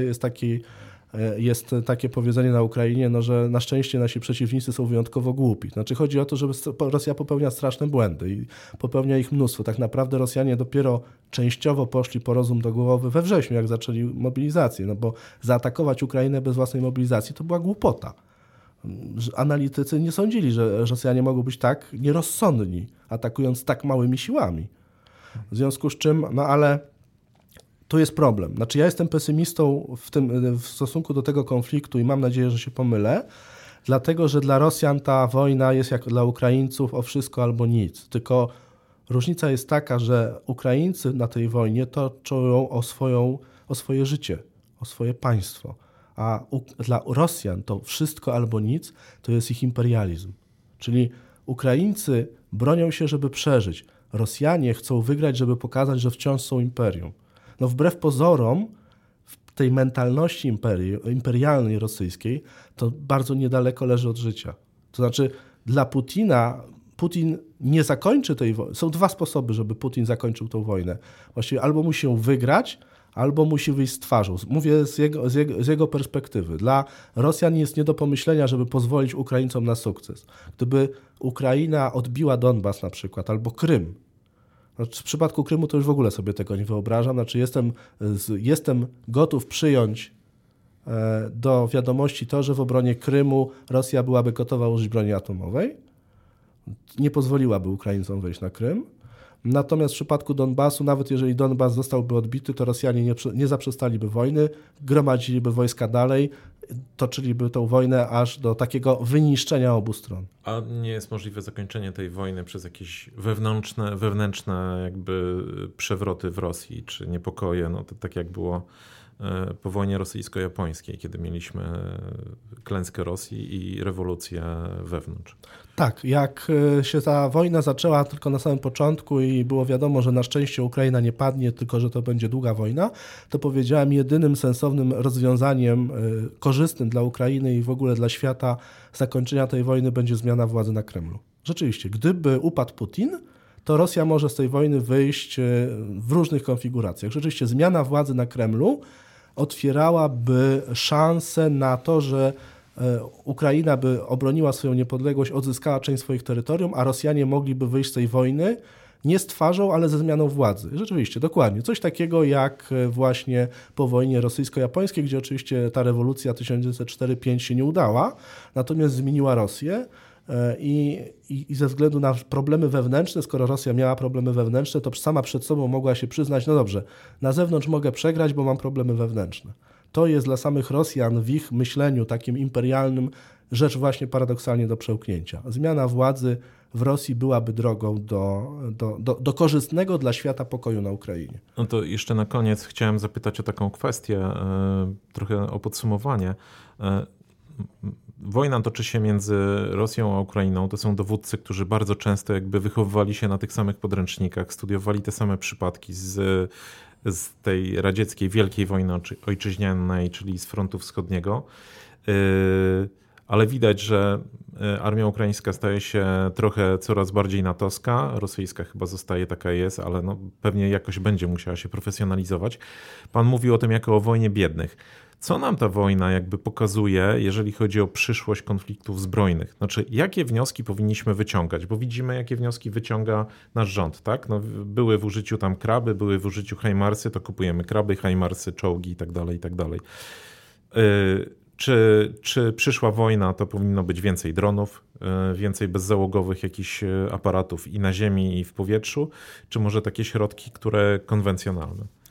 jest takie powiedzenie na Ukrainie, no, że na szczęście nasi przeciwnicy są wyjątkowo głupi. Znaczy chodzi o to, że Rosja popełnia straszne błędy i popełnia ich mnóstwo. Tak naprawdę Rosjanie dopiero częściowo poszli po rozum do głowy we wrześniu, jak zaczęli mobilizację, no bo zaatakować Ukrainę bez własnej mobilizacji to była głupota. Analitycy nie sądzili, że Rosjanie mogą być tak nierozsądni, atakując tak małymi siłami. W związku z czym, no ale to jest problem. Znaczy ja jestem pesymistą w stosunku do tego konfliktu i mam nadzieję, że się pomylę, dlatego że dla Rosjan ta wojna jest jak dla Ukraińców o wszystko albo nic. Tylko różnica jest taka, że Ukraińcy na tej wojnie toczą ją o swoje życie, o swoje państwo. A dla Rosjan to wszystko albo nic to jest ich imperializm. Czyli Ukraińcy bronią się, żeby przeżyć. Rosjanie chcą wygrać, żeby pokazać, że wciąż są imperium. No wbrew pozorom, w tej mentalności imperialnej rosyjskiej, to bardzo niedaleko leży od życia. To znaczy dla Putina, Putin nie zakończy tej wojny. Są dwa sposoby, żeby Putin zakończył tę wojnę. Właściwie albo musi ją wygrać, albo musi wyjść z twarzą. Mówię z jego perspektywy. Dla Rosjan jest nie do pomyślenia, żeby pozwolić Ukraińcom na sukces. Gdyby Ukraina odbiła Donbas na przykład, albo Krym, w przypadku Krymu to już w ogóle sobie tego nie wyobrażam. Znaczy jestem gotów przyjąć do wiadomości to, że w obronie Krymu Rosja byłaby gotowa użyć broni atomowej. Nie pozwoliłaby Ukraińcom wejść na Krym. Natomiast w przypadku Donbasu, nawet jeżeli Donbas zostałby odbity, to Rosjanie nie zaprzestaliby wojny, gromadziliby wojska dalej, toczyliby tę wojnę aż do takiego wyniszczenia obu stron. A nie jest możliwe zakończenie tej wojny przez jakieś wewnętrzne jakby przewroty w Rosji, czy niepokoje, no to tak jak było po wojnie rosyjsko-japońskiej, kiedy mieliśmy klęskę Rosji i rewolucję wewnątrz. Tak, jak się ta wojna zaczęła tylko na samym początku i było wiadomo, że na szczęście Ukraina nie padnie, tylko że to będzie długa wojna, to powiedziałem, jedynym sensownym rozwiązaniem korzystnym dla Ukrainy i w ogóle dla świata zakończenia tej wojny będzie zmiana władzy na Kremlu. Rzeczywiście, gdyby upadł Putin, to Rosja może z tej wojny wyjść w różnych konfiguracjach. Rzeczywiście zmiana władzy na Kremlu otwierałaby szansę na to, że Ukraina by obroniła swoją niepodległość, odzyskała część swoich terytorium, a Rosjanie mogliby wyjść z tej wojny nie z twarzą, ale ze zmianą władzy. Rzeczywiście, dokładnie. Coś takiego jak właśnie po wojnie rosyjsko-japońskiej, gdzie oczywiście ta rewolucja 1904-1905 się nie udała, natomiast zmieniła Rosję. I ze względu na problemy wewnętrzne, skoro Rosja miała problemy wewnętrzne, to sama przed sobą mogła się przyznać, no dobrze, na zewnątrz mogę przegrać, bo mam problemy wewnętrzne. To jest dla samych Rosjan w ich myśleniu takim imperialnym rzecz właśnie paradoksalnie do przełknięcia. Zmiana władzy w Rosji byłaby drogą do korzystnego dla świata pokoju na Ukrainie. No to jeszcze na koniec chciałem zapytać o taką kwestię, trochę o podsumowanie. Wojna toczy się między Rosją a Ukrainą. To są dowódcy, którzy bardzo często jakby wychowywali się na tych samych podręcznikach, studiowali te same przypadki z tej radzieckiej wielkiej wojny ojczyźnianej, czyli z frontu wschodniego. Ale widać, że armia ukraińska staje się trochę coraz bardziej natowska. Rosyjska chyba zostaje taka jest, ale no pewnie jakoś będzie musiała się profesjonalizować. Pan mówił o tym jako o wojnie biednych. Co nam ta wojna jakby pokazuje, jeżeli chodzi o przyszłość konfliktów zbrojnych? Znaczy, jakie wnioski powinniśmy wyciągać? Bo widzimy, jakie wnioski wyciąga nasz rząd, tak? No, były w użyciu tam kraby, były w użyciu hajmarsy, to kupujemy kraby, hajmarsy, czołgi i tak dalej, i tak dalej. Czy przyszła wojna, to powinno być więcej dronów, więcej bezzałogowych jakichś aparatów i na ziemi, i w powietrzu, czy może takie środki, które konwencjonalne?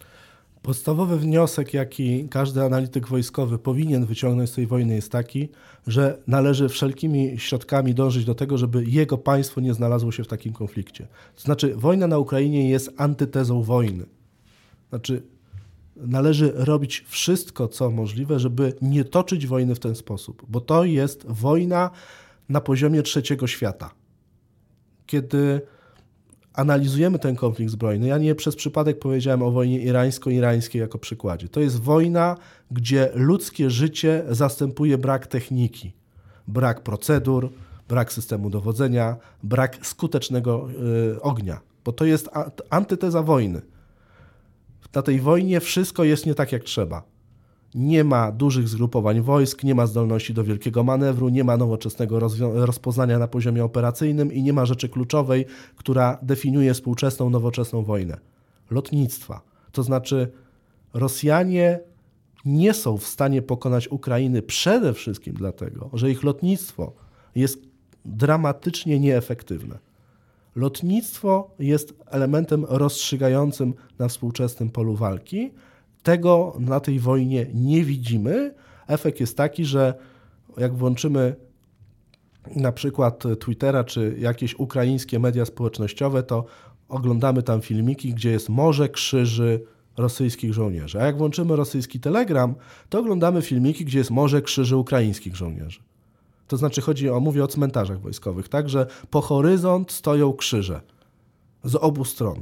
Podstawowy wniosek, jaki każdy analityk wojskowy powinien wyciągnąć z tej wojny, jest taki, że należy wszelkimi środkami dążyć do tego, żeby jego państwo nie znalazło się w takim konflikcie. To znaczy, wojna na Ukrainie jest antytezą wojny. Znaczy, należy robić wszystko, co możliwe, żeby nie toczyć wojny w ten sposób, bo to jest wojna na poziomie trzeciego świata. Kiedy analizujemy ten konflikt zbrojny, ja nie przez przypadek powiedziałem o wojnie irańsko-irańskiej jako przykładzie. To jest wojna, gdzie ludzkie życie zastępuje brak techniki, brak procedur, brak systemu dowodzenia, brak skutecznego ognia, bo to jest antyteza wojny. Na tej wojnie wszystko jest nie tak, jak trzeba. Nie ma dużych zgrupowań wojsk, nie ma zdolności do wielkiego manewru, nie ma nowoczesnego rozpoznania na poziomie operacyjnym i nie ma rzeczy kluczowej, która definiuje współczesną, nowoczesną wojnę. Lotnictwa. To znaczy Rosjanie nie są w stanie pokonać Ukrainy przede wszystkim dlatego, że ich lotnictwo jest dramatycznie nieefektywne. Lotnictwo jest elementem rozstrzygającym na współczesnym polu walki. Tego na tej wojnie nie widzimy. Efekt jest taki, że jak włączymy na przykład Twittera czy jakieś ukraińskie media społecznościowe, to oglądamy tam filmiki, gdzie jest morze krzyży rosyjskich żołnierzy. A jak włączymy rosyjski Telegram, to oglądamy filmiki, gdzie jest morze krzyży ukraińskich żołnierzy. To znaczy mówię o cmentarzach wojskowych, tak, że po horyzont stoją krzyże z obu stron.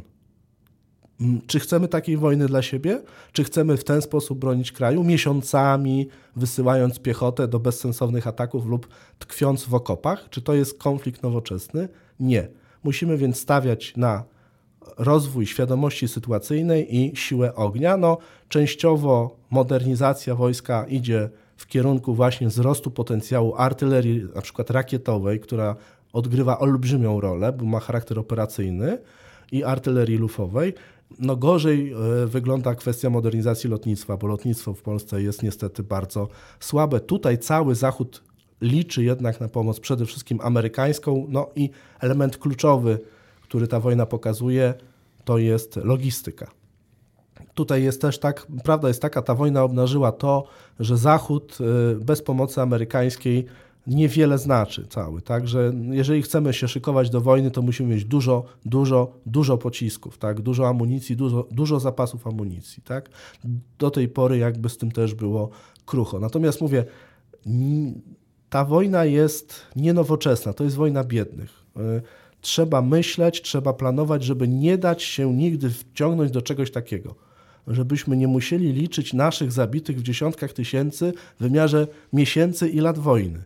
Czy chcemy takiej wojny dla siebie? Czy chcemy w ten sposób bronić kraju, miesiącami wysyłając piechotę do bezsensownych ataków lub tkwiąc w okopach? Czy to jest konflikt nowoczesny? Nie. Musimy więc stawiać na rozwój świadomości sytuacyjnej i siłę ognia. Częściowo modernizacja wojska idzie w kierunku właśnie wzrostu potencjału artylerii, na przykład rakietowej, która odgrywa olbrzymią rolę, bo ma charakter operacyjny, i artylerii lufowej. Gorzej wygląda kwestia modernizacji lotnictwa, bo lotnictwo w Polsce jest niestety bardzo słabe. Tutaj cały Zachód liczy jednak na pomoc przede wszystkim amerykańską, i element kluczowy, który ta wojna pokazuje, to jest logistyka. Tutaj jest też tak, prawda jest taka, ta wojna obnażyła to, że Zachód bez pomocy amerykańskiej niewiele znaczy cały, tak, że jeżeli chcemy się szykować do wojny, to musimy mieć dużo pocisków, tak, dużo amunicji, dużo zapasów amunicji, tak. Do tej pory jakby z tym też było krucho. Natomiast mówię, ta wojna jest nienowoczesna, to jest wojna biednych. Trzeba myśleć, trzeba planować, żeby nie dać się nigdy wciągnąć do czegoś takiego, żebyśmy nie musieli liczyć naszych zabitych w dziesiątkach tysięcy w wymiarze miesięcy i lat wojny.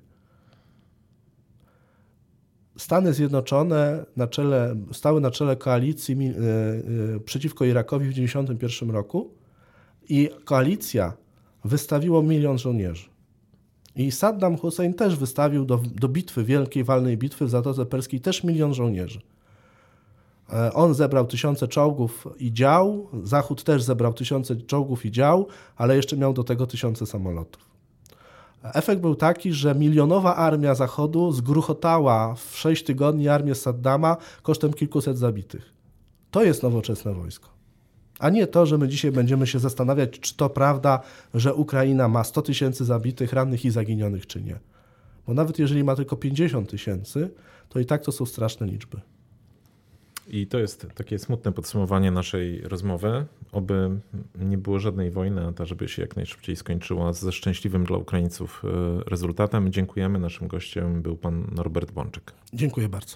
Stany Zjednoczone stały na czele koalicji przeciwko Irakowi w 1991 roku i koalicja wystawiła 1 000 000 żołnierzy. I Saddam Hussein też wystawił do bitwy, wielkiej walnej bitwy w Zatoce Perskiej też 1 000 000 żołnierzy. On zebrał 1000 czołgów i dział, Zachód też zebrał 1000 czołgów i dział, ale jeszcze miał do tego 1000 samolotów. Efekt był taki, że milionowa armia Zachodu zgruchotała w 6 tygodni armię Saddama kosztem kilkuset zabitych. To jest nowoczesne wojsko. A nie to, że my dzisiaj będziemy się zastanawiać, czy to prawda, że Ukraina ma 100 000 zabitych, rannych i zaginionych, czy nie. Bo nawet jeżeli ma tylko 50 000, to i tak to są straszne liczby. I to jest takie smutne podsumowanie naszej rozmowy. Oby nie było żadnej wojny, a ta, żeby się jak najszybciej skończyła ze szczęśliwym dla Ukraińców rezultatem. Dziękujemy. Naszym gościem był pan Norbert Bączyk. Dziękuję bardzo.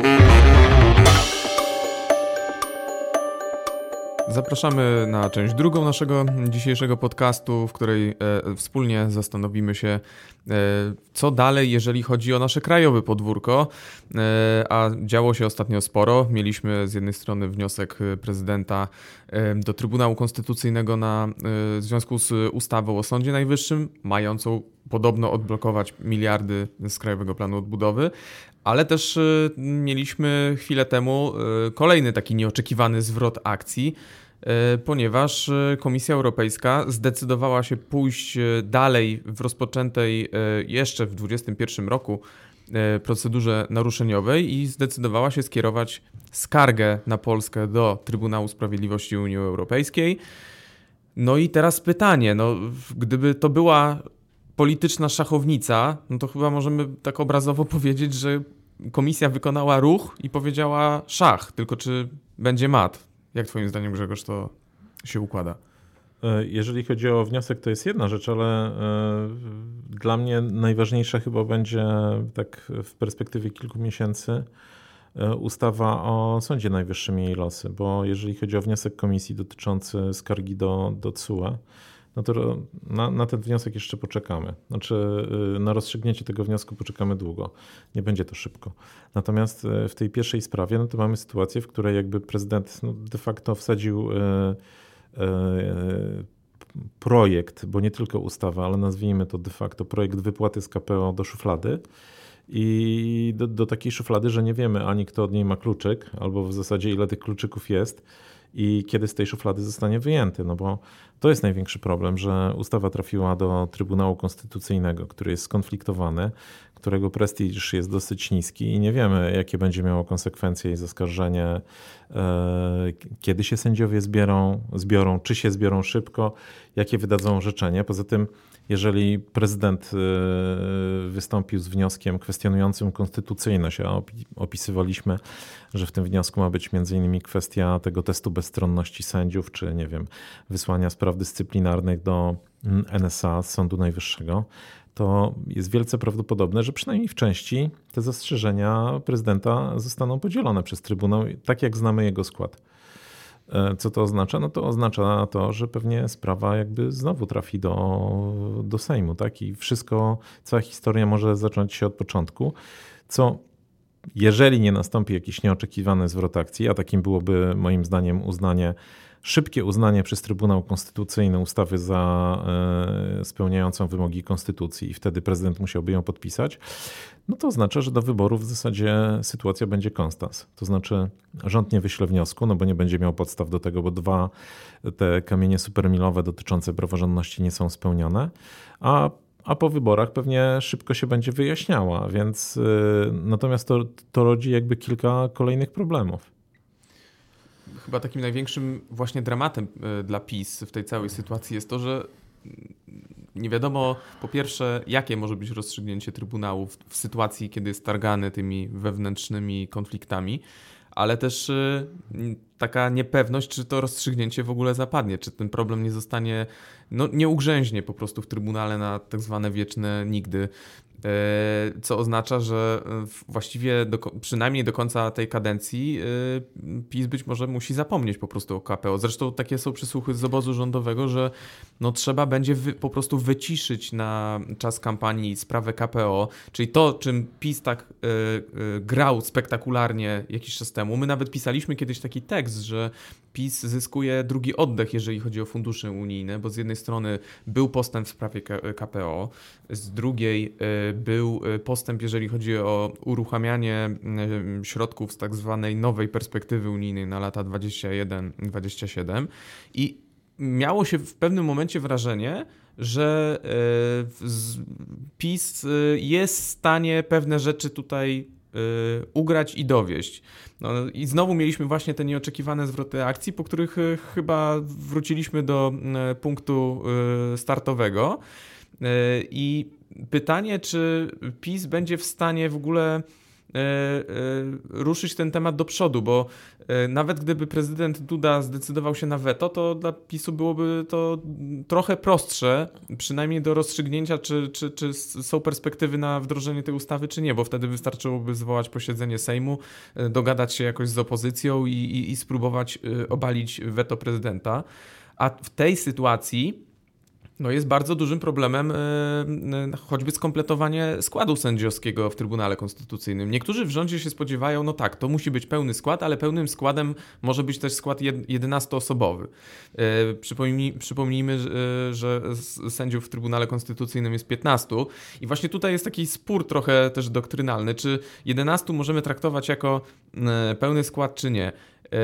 Zapraszamy na część drugą naszego dzisiejszego podcastu, w której wspólnie zastanowimy się, co dalej, jeżeli chodzi o nasze krajowe podwórko, a działo się ostatnio sporo. Mieliśmy z jednej strony wniosek prezydenta do Trybunału Konstytucyjnego w związku z ustawą o Sądzie Najwyższym, mającą podobno odblokować miliardy z Krajowego Planu Odbudowy, ale też mieliśmy chwilę temu kolejny taki nieoczekiwany zwrot akcji, ponieważ Komisja Europejska zdecydowała się pójść dalej w rozpoczętej jeszcze w 2021 roku procedurze naruszeniowej i zdecydowała się skierować skargę na Polskę do Trybunału Sprawiedliwości Unii Europejskiej. No i teraz pytanie, gdyby to była polityczna szachownica, no to chyba możemy tak obrazowo powiedzieć, że komisja wykonała ruch i powiedziała szach, tylko czy będzie mat? Jak twoim zdaniem, Grzegorz, to się układa? Jeżeli chodzi o wniosek, to jest jedna rzecz, ale dla mnie najważniejsza chyba będzie tak w perspektywie kilku miesięcy ustawa o Sądzie Najwyższym i jej losy, bo jeżeli chodzi o wniosek komisji dotyczący skargi do TSUE, no to na ten wniosek jeszcze poczekamy. Znaczy na rozstrzygnięcie tego wniosku poczekamy długo. Nie będzie to szybko. Natomiast w tej pierwszej sprawie no to mamy sytuację, w której jakby prezydent de facto wsadził projekt, bo nie tylko ustawa, ale nazwijmy to de facto projekt wypłaty z KPO do szuflady i do takiej szuflady, że nie wiemy ani kto od niej ma kluczyk, albo w zasadzie ile tych kluczyków jest i kiedy z tej szuflady zostanie wyjęty, no bo to jest największy problem, że ustawa trafiła do Trybunału Konstytucyjnego, który jest skonfliktowany, którego prestiż jest dosyć niski i nie wiemy, jakie będzie miało konsekwencje i zaskarżenie, kiedy się sędziowie zbiorą, czy się zbiorą szybko, jakie wydadzą orzeczenie. Poza tym, jeżeli prezydent wystąpił z wnioskiem kwestionującym konstytucyjność, a opisywaliśmy, że w tym wniosku ma być m.in. kwestia tego testu bezstronności sędziów, czy nie wiem, wysłania spraw dyscyplinarnych do NSA, Sądu Najwyższego, to jest wielce prawdopodobne, że przynajmniej w części te zastrzeżenia prezydenta zostaną podzielone przez Trybunał, tak jak znamy jego skład. Co to oznacza? No to oznacza to, że pewnie sprawa jakby znowu trafi do Sejmu, tak? I cała historia może zacząć się od początku, co jeżeli nie nastąpi jakiś nieoczekiwany zwrot akcji, a takim byłoby moim zdaniem szybkie uznanie przez Trybunał Konstytucyjny ustawy za spełniającą wymogi konstytucji i wtedy prezydent musiałby ją podpisać, no to oznacza, że do wyborów w zasadzie sytuacja będzie konstans. To znaczy rząd nie wyśle wniosku, no bo nie będzie miał podstaw do tego, bo te kamienie supermilowe dotyczące praworządności nie są spełnione, a po wyborach pewnie szybko się będzie wyjaśniała, więc natomiast to rodzi jakby kilka kolejnych problemów. Chyba takim największym właśnie dramatem dla PiS w tej całej sytuacji jest to, że nie wiadomo po pierwsze, jakie może być rozstrzygnięcie Trybunału w sytuacji, kiedy jest targany tymi wewnętrznymi konfliktami, ale też taka niepewność, czy to rozstrzygnięcie w ogóle zapadnie, czy ten problem nie zostanie, nie ugrzęźnie po prostu w Trybunale na tak zwane wieczne nigdy. Co oznacza, że właściwie przynajmniej do końca tej kadencji PiS być może musi zapomnieć po prostu o KPO. Zresztą takie są przysłuchy z obozu rządowego, że trzeba będzie po prostu wyciszyć na czas kampanii sprawę KPO, czyli to, czym PiS tak grał spektakularnie jakiś czas temu. My nawet pisaliśmy kiedyś taki tekst, że PiS zyskuje drugi oddech, jeżeli chodzi o fundusze unijne, bo z jednej strony był postęp w sprawie KPO, z drugiej był postęp, jeżeli chodzi o uruchamianie środków z tak zwanej nowej perspektywy unijnej na lata 21-27 i miało się w pewnym momencie wrażenie, że PiS jest w stanie pewne rzeczy tutaj ugrać i dowieść. I znowu mieliśmy właśnie te nieoczekiwane zwroty akcji, po których chyba wróciliśmy do punktu startowego. I pytanie, czy PiS będzie w stanie w ogóle ruszyć ten temat do przodu, bo nawet gdyby prezydent Duda zdecydował się na weto, to dla PiS-u byłoby to trochę prostsze, przynajmniej do rozstrzygnięcia, czy są perspektywy na wdrożenie tej ustawy, czy nie, bo wtedy wystarczyłoby zwołać posiedzenie Sejmu, dogadać się jakoś z opozycją i spróbować obalić weto prezydenta. A w tej sytuacji jest bardzo dużym problemem choćby skompletowanie składu sędziowskiego w Trybunale Konstytucyjnym. Niektórzy w rządzie się spodziewają, to musi być pełny skład, ale pełnym składem może być też skład 11-osobowy. Przypomnijmy, że sędziów w Trybunale Konstytucyjnym jest 15 i właśnie tutaj jest taki spór trochę też doktrynalny, czy 11 możemy traktować jako pełny skład, czy nie.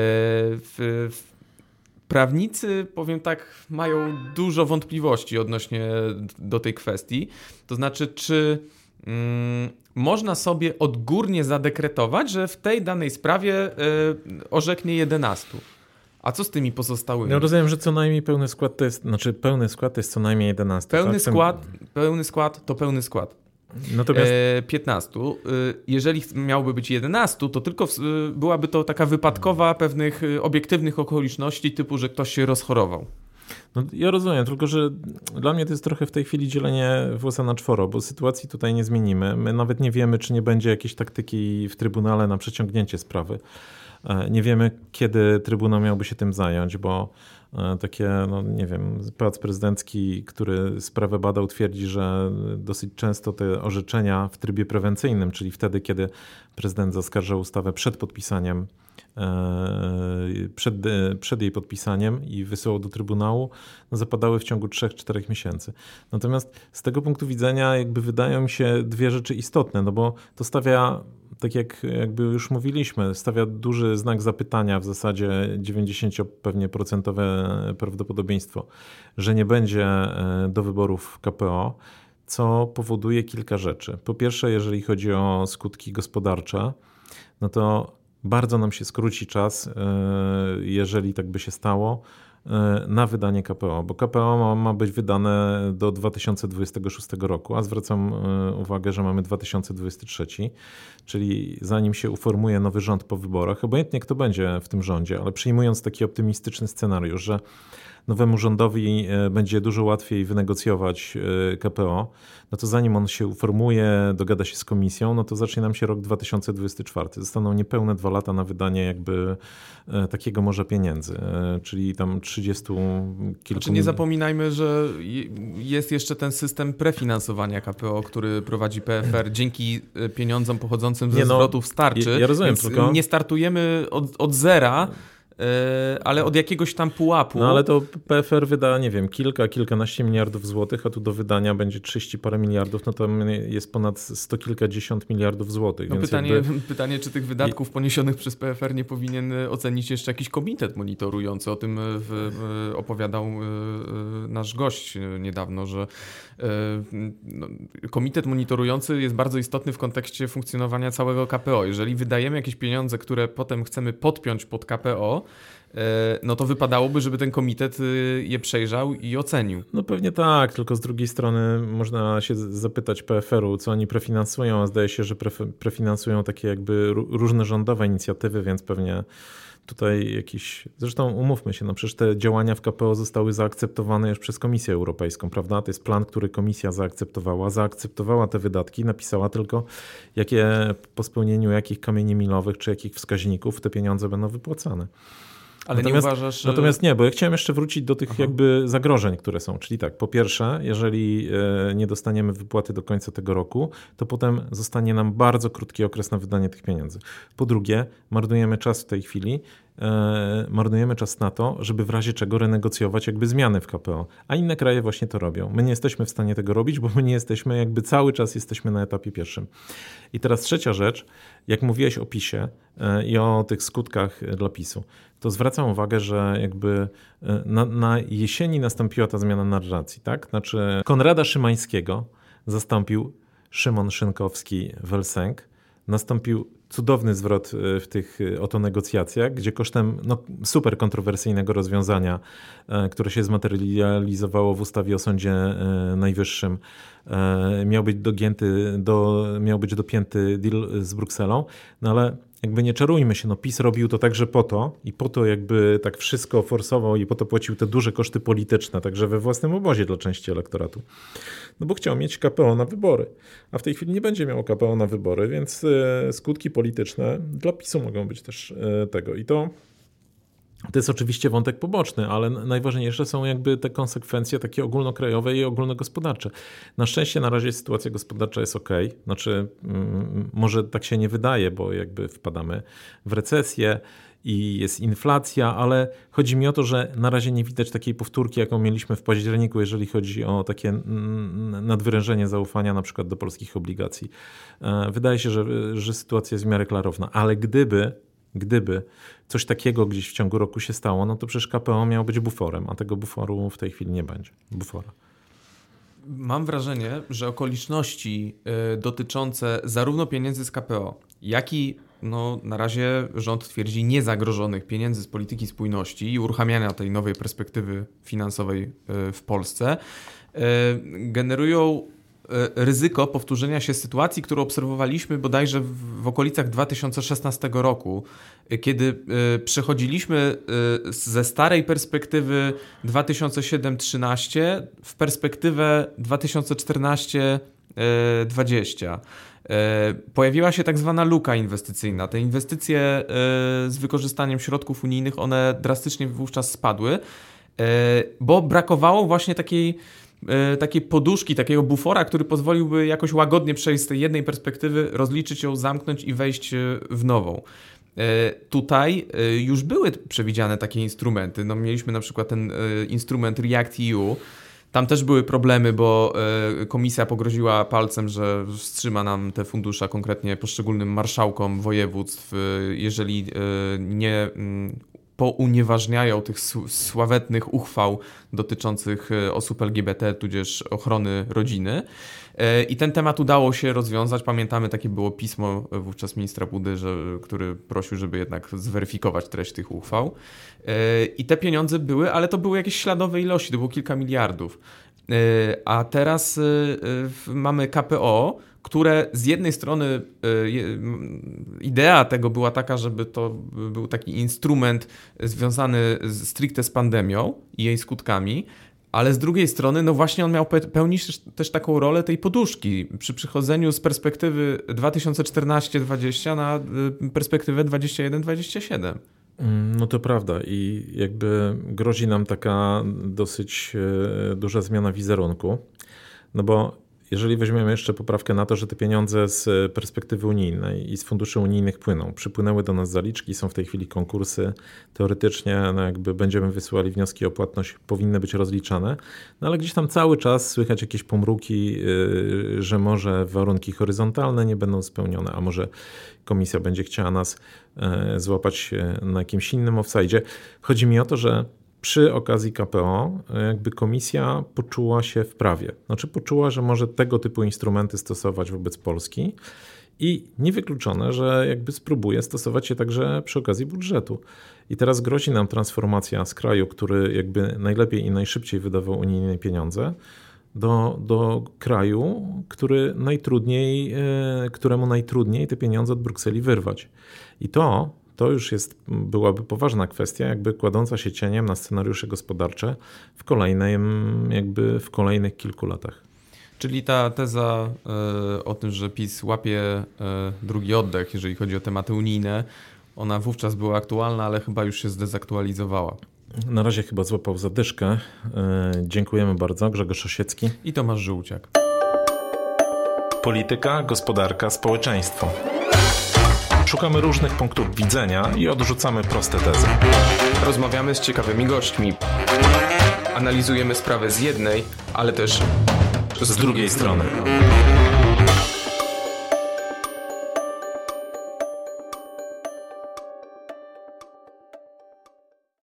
Prawnicy, powiem tak, mają dużo wątpliwości odnośnie do tej kwestii. To znaczy, czy można sobie odgórnie zadekretować, że w tej danej sprawie orzeknie 11. A co z tymi pozostałymi? Ja rozumiem, że co najmniej pełny skład to jest, pełny skład to jest co najmniej 11. Pełny tak? skład to pełny skład. Natomiast 15. Jeżeli miałby być 11, to tylko byłaby to taka wypadkowa pewnych obiektywnych okoliczności, typu, że ktoś się rozchorował. no, ja rozumiem, tylko że dla mnie to jest trochę w tej chwili dzielenie włosa na czworo, bo sytuacji tutaj nie zmienimy. My nawet nie wiemy, czy nie będzie jakiejś taktyki w Trybunale na przeciągnięcie sprawy. Nie wiemy, kiedy Trybunał miałby się tym zająć, bo takie, no nie wiem, Pałac Prezydencki, który sprawę badał, twierdzi, że dosyć często te orzeczenia w trybie prewencyjnym, czyli wtedy, kiedy prezydent zaskarżał ustawę przed podpisaniem, przed jej podpisaniem i wysyłał do Trybunału, no zapadały w ciągu 3-4 miesięcy. Natomiast z tego punktu widzenia jakby wydają mi się dwie rzeczy istotne, no bo to stawia, tak jak jakby już mówiliśmy, stawia duży znak zapytania, w zasadzie 90% pewnie procentowe prawdopodobieństwo, że nie będzie do wyborów KPO, co powoduje kilka rzeczy. Po pierwsze, jeżeli chodzi o skutki gospodarcze, no to bardzo nam się skróci czas, jeżeli tak by się stało, na wydanie KPO, bo KPO ma być wydane do 2026 roku, a zwracam uwagę, że mamy 2023, czyli zanim się uformuje nowy rząd po wyborach, obojętnie kto będzie w tym rządzie, ale przyjmując taki optymistyczny scenariusz, że nowemu rządowi będzie dużo łatwiej wynegocjować KPO, no to zanim on się uformuje, dogada się z komisją, no to zacznie nam się rok 2024. Zostaną niepełne 2 lata na wydanie jakby takiego morza pieniędzy, czyli tam 30 kilku... Znaczy nie zapominajmy, że jest jeszcze ten system prefinansowania KPO, który prowadzi PFR dzięki pieniądzom pochodzącym ze zwrotów z tarczy. Ja rozumiem, tylko nie startujemy od zera, ale od jakiegoś tam pułapu. No ale to PFR wyda, nie wiem, kilkanaście miliardów złotych, a tu do wydania będzie 30 parę miliardów, no to jest ponad 100 kilkadziesiąt miliardów złotych. No więc pytanie, czy tych wydatków poniesionych przez PFR nie powinien ocenić jeszcze jakiś komitet monitorujący. O tym opowiadał nasz gość niedawno, że komitet monitorujący jest bardzo istotny w kontekście funkcjonowania całego KPO. Jeżeli wydajemy jakieś pieniądze, które potem chcemy podpiąć pod KPO, no to wypadałoby, żeby ten komitet je przejrzał i ocenił. No pewnie tak, tylko z drugiej strony można się zapytać PFR-u, co oni prefinansują, a zdaje się, że prefinansują takie jakby różne rządowe inicjatywy, więc pewnie tutaj jakiś... Zresztą umówmy się, no przecież te działania w KPO zostały zaakceptowane już przez Komisję Europejską, prawda? To jest plan, który Komisja zaakceptowała te wydatki, napisała tylko, jakie po spełnieniu jakich kamieni milowych czy jakich wskaźników te pieniądze będą wypłacane. Ale nie uważasz... Natomiast nie, bo ja chciałem jeszcze wrócić do tych jakby zagrożeń, które są. Czyli tak, po pierwsze, jeżeli nie dostaniemy wypłaty do końca tego roku, to potem zostanie nam bardzo krótki okres na wydanie tych pieniędzy. Po drugie, marnujemy czas w tej chwili, marnujemy czas na to, żeby w razie czego renegocjować jakby zmiany w KPO. A inne kraje właśnie to robią. My nie jesteśmy w stanie tego robić, bo my nie jesteśmy, jakby cały czas jesteśmy na etapie pierwszym. I teraz trzecia rzecz, jak mówiłeś o PiS-ie i o tych skutkach dla PiS-u, to zwracam uwagę, że jakby na jesieni nastąpiła ta zmiana narracji, tak? Znaczy Konrada Szymańskiego zastąpił Szymon Szynkowski-Welsenk. Nastąpił cudowny zwrot w tych oto negocjacjach, gdzie kosztem super kontrowersyjnego rozwiązania, które się zmaterializowało w ustawie o Sądzie Najwyższym, miał być dopięty deal z Brukselą, no ale jakby nie czarujmy się, PiS robił to także po to jakby tak wszystko forsował i po to płacił te duże koszty polityczne, także we własnym obozie dla części elektoratu. No bo chciał mieć KPO na wybory, a w tej chwili nie będzie miał KPO na wybory, więc skutki polityczne dla PiS-u mogą być też tego. I to jest oczywiście wątek poboczny, ale najważniejsze są jakby te konsekwencje takie ogólnokrajowe i ogólnogospodarcze. Na szczęście na razie sytuacja gospodarcza jest okej. Znaczy może tak się nie wydaje, bo jakby wpadamy w recesję i jest inflacja, ale chodzi mi o to, że na razie nie widać takiej powtórki, jaką mieliśmy w październiku, jeżeli chodzi o takie nadwyrężenie zaufania na przykład do polskich obligacji. Wydaje się, że sytuacja jest w miarę klarowna, ale gdyby coś takiego gdzieś w ciągu roku się stało, no to przecież KPO miał być buforem, a tego buforu w tej chwili nie będzie. Bufora. Mam wrażenie, że okoliczności dotyczące zarówno pieniędzy z KPO, jak i na razie rząd twierdzi niezagrożonych pieniędzy z polityki spójności i uruchamiania tej nowej perspektywy finansowej w Polsce generują ryzyko powtórzenia się sytuacji, którą obserwowaliśmy bodajże w okolicach 2016 roku, kiedy przechodziliśmy ze starej perspektywy 2007-13 w perspektywę 2014-20. Pojawiła się tak zwana luka inwestycyjna. Te inwestycje z wykorzystaniem środków unijnych, one drastycznie wówczas spadły, bo brakowało właśnie takiej poduszki, takiego bufora, który pozwoliłby jakoś łagodnie przejść z tej jednej perspektywy, rozliczyć ją, zamknąć i wejść w nową. Tutaj już były przewidziane takie instrumenty. Mieliśmy na przykład ten instrument REACT-EU. Tam też były problemy, bo komisja pogroziła palcem, że wstrzyma nam te fundusze, konkretnie poszczególnym marszałkom województw, jeżeli nie pounieważniają tych sławetnych uchwał dotyczących osób LGBT, tudzież ochrony rodziny. I ten temat udało się rozwiązać. Pamiętamy, takie było pismo wówczas ministra Budy, który prosił, żeby jednak zweryfikować treść tych uchwał. I te pieniądze były, ale to były jakieś śladowe ilości, to było kilka miliardów. A teraz mamy KPO, które z jednej strony idea tego była taka, żeby to był taki instrument związany stricte z pandemią i jej skutkami, ale z drugiej strony, właśnie on miał pełnić też taką rolę tej poduszki przy przechodzeniu z perspektywy 2014-20 na perspektywę 21-27. No to prawda i jakby grozi nam taka dosyć duża zmiana wizerunku, no bo jeżeli weźmiemy jeszcze poprawkę na to, że te pieniądze z perspektywy unijnej i z funduszy unijnych przypłynęły do nas zaliczki, są w tej chwili konkursy, teoretycznie jakby będziemy wysyłali wnioski o płatność, powinny być rozliczane, no ale gdzieś tam cały czas słychać jakieś pomruki, że może warunki horyzontalne nie będą spełnione, a może komisja będzie chciała nas złapać na jakimś innym offside'zie. Chodzi mi o to, że przy okazji KPO jakby komisja poczuła się w prawie. Znaczy poczuła, że może tego typu instrumenty stosować wobec Polski i niewykluczone, że jakby spróbuje stosować je także przy okazji budżetu. I teraz grozi nam transformacja z kraju, który jakby najlepiej i najszybciej wydawał unijne pieniądze, do kraju, któremu najtrudniej te pieniądze od Brukseli wyrwać. I to już byłaby poważna kwestia, jakby kładąca się cieniem na scenariusze gospodarcze w kolejnych kilku latach. Czyli ta teza o tym, że PiS łapie drugi oddech, jeżeli chodzi o tematy unijne, ona wówczas była aktualna, ale chyba już się zdezaktualizowała. Na razie chyba złapał zadyszkę. Dziękujemy bardzo. Grzegorz Osiecki i Tomasz Żółciak. Polityka, gospodarka, społeczeństwo. Szukamy różnych punktów widzenia i odrzucamy proste tezy. Rozmawiamy z ciekawymi gośćmi. Analizujemy sprawę z jednej, ale też z drugiej strony.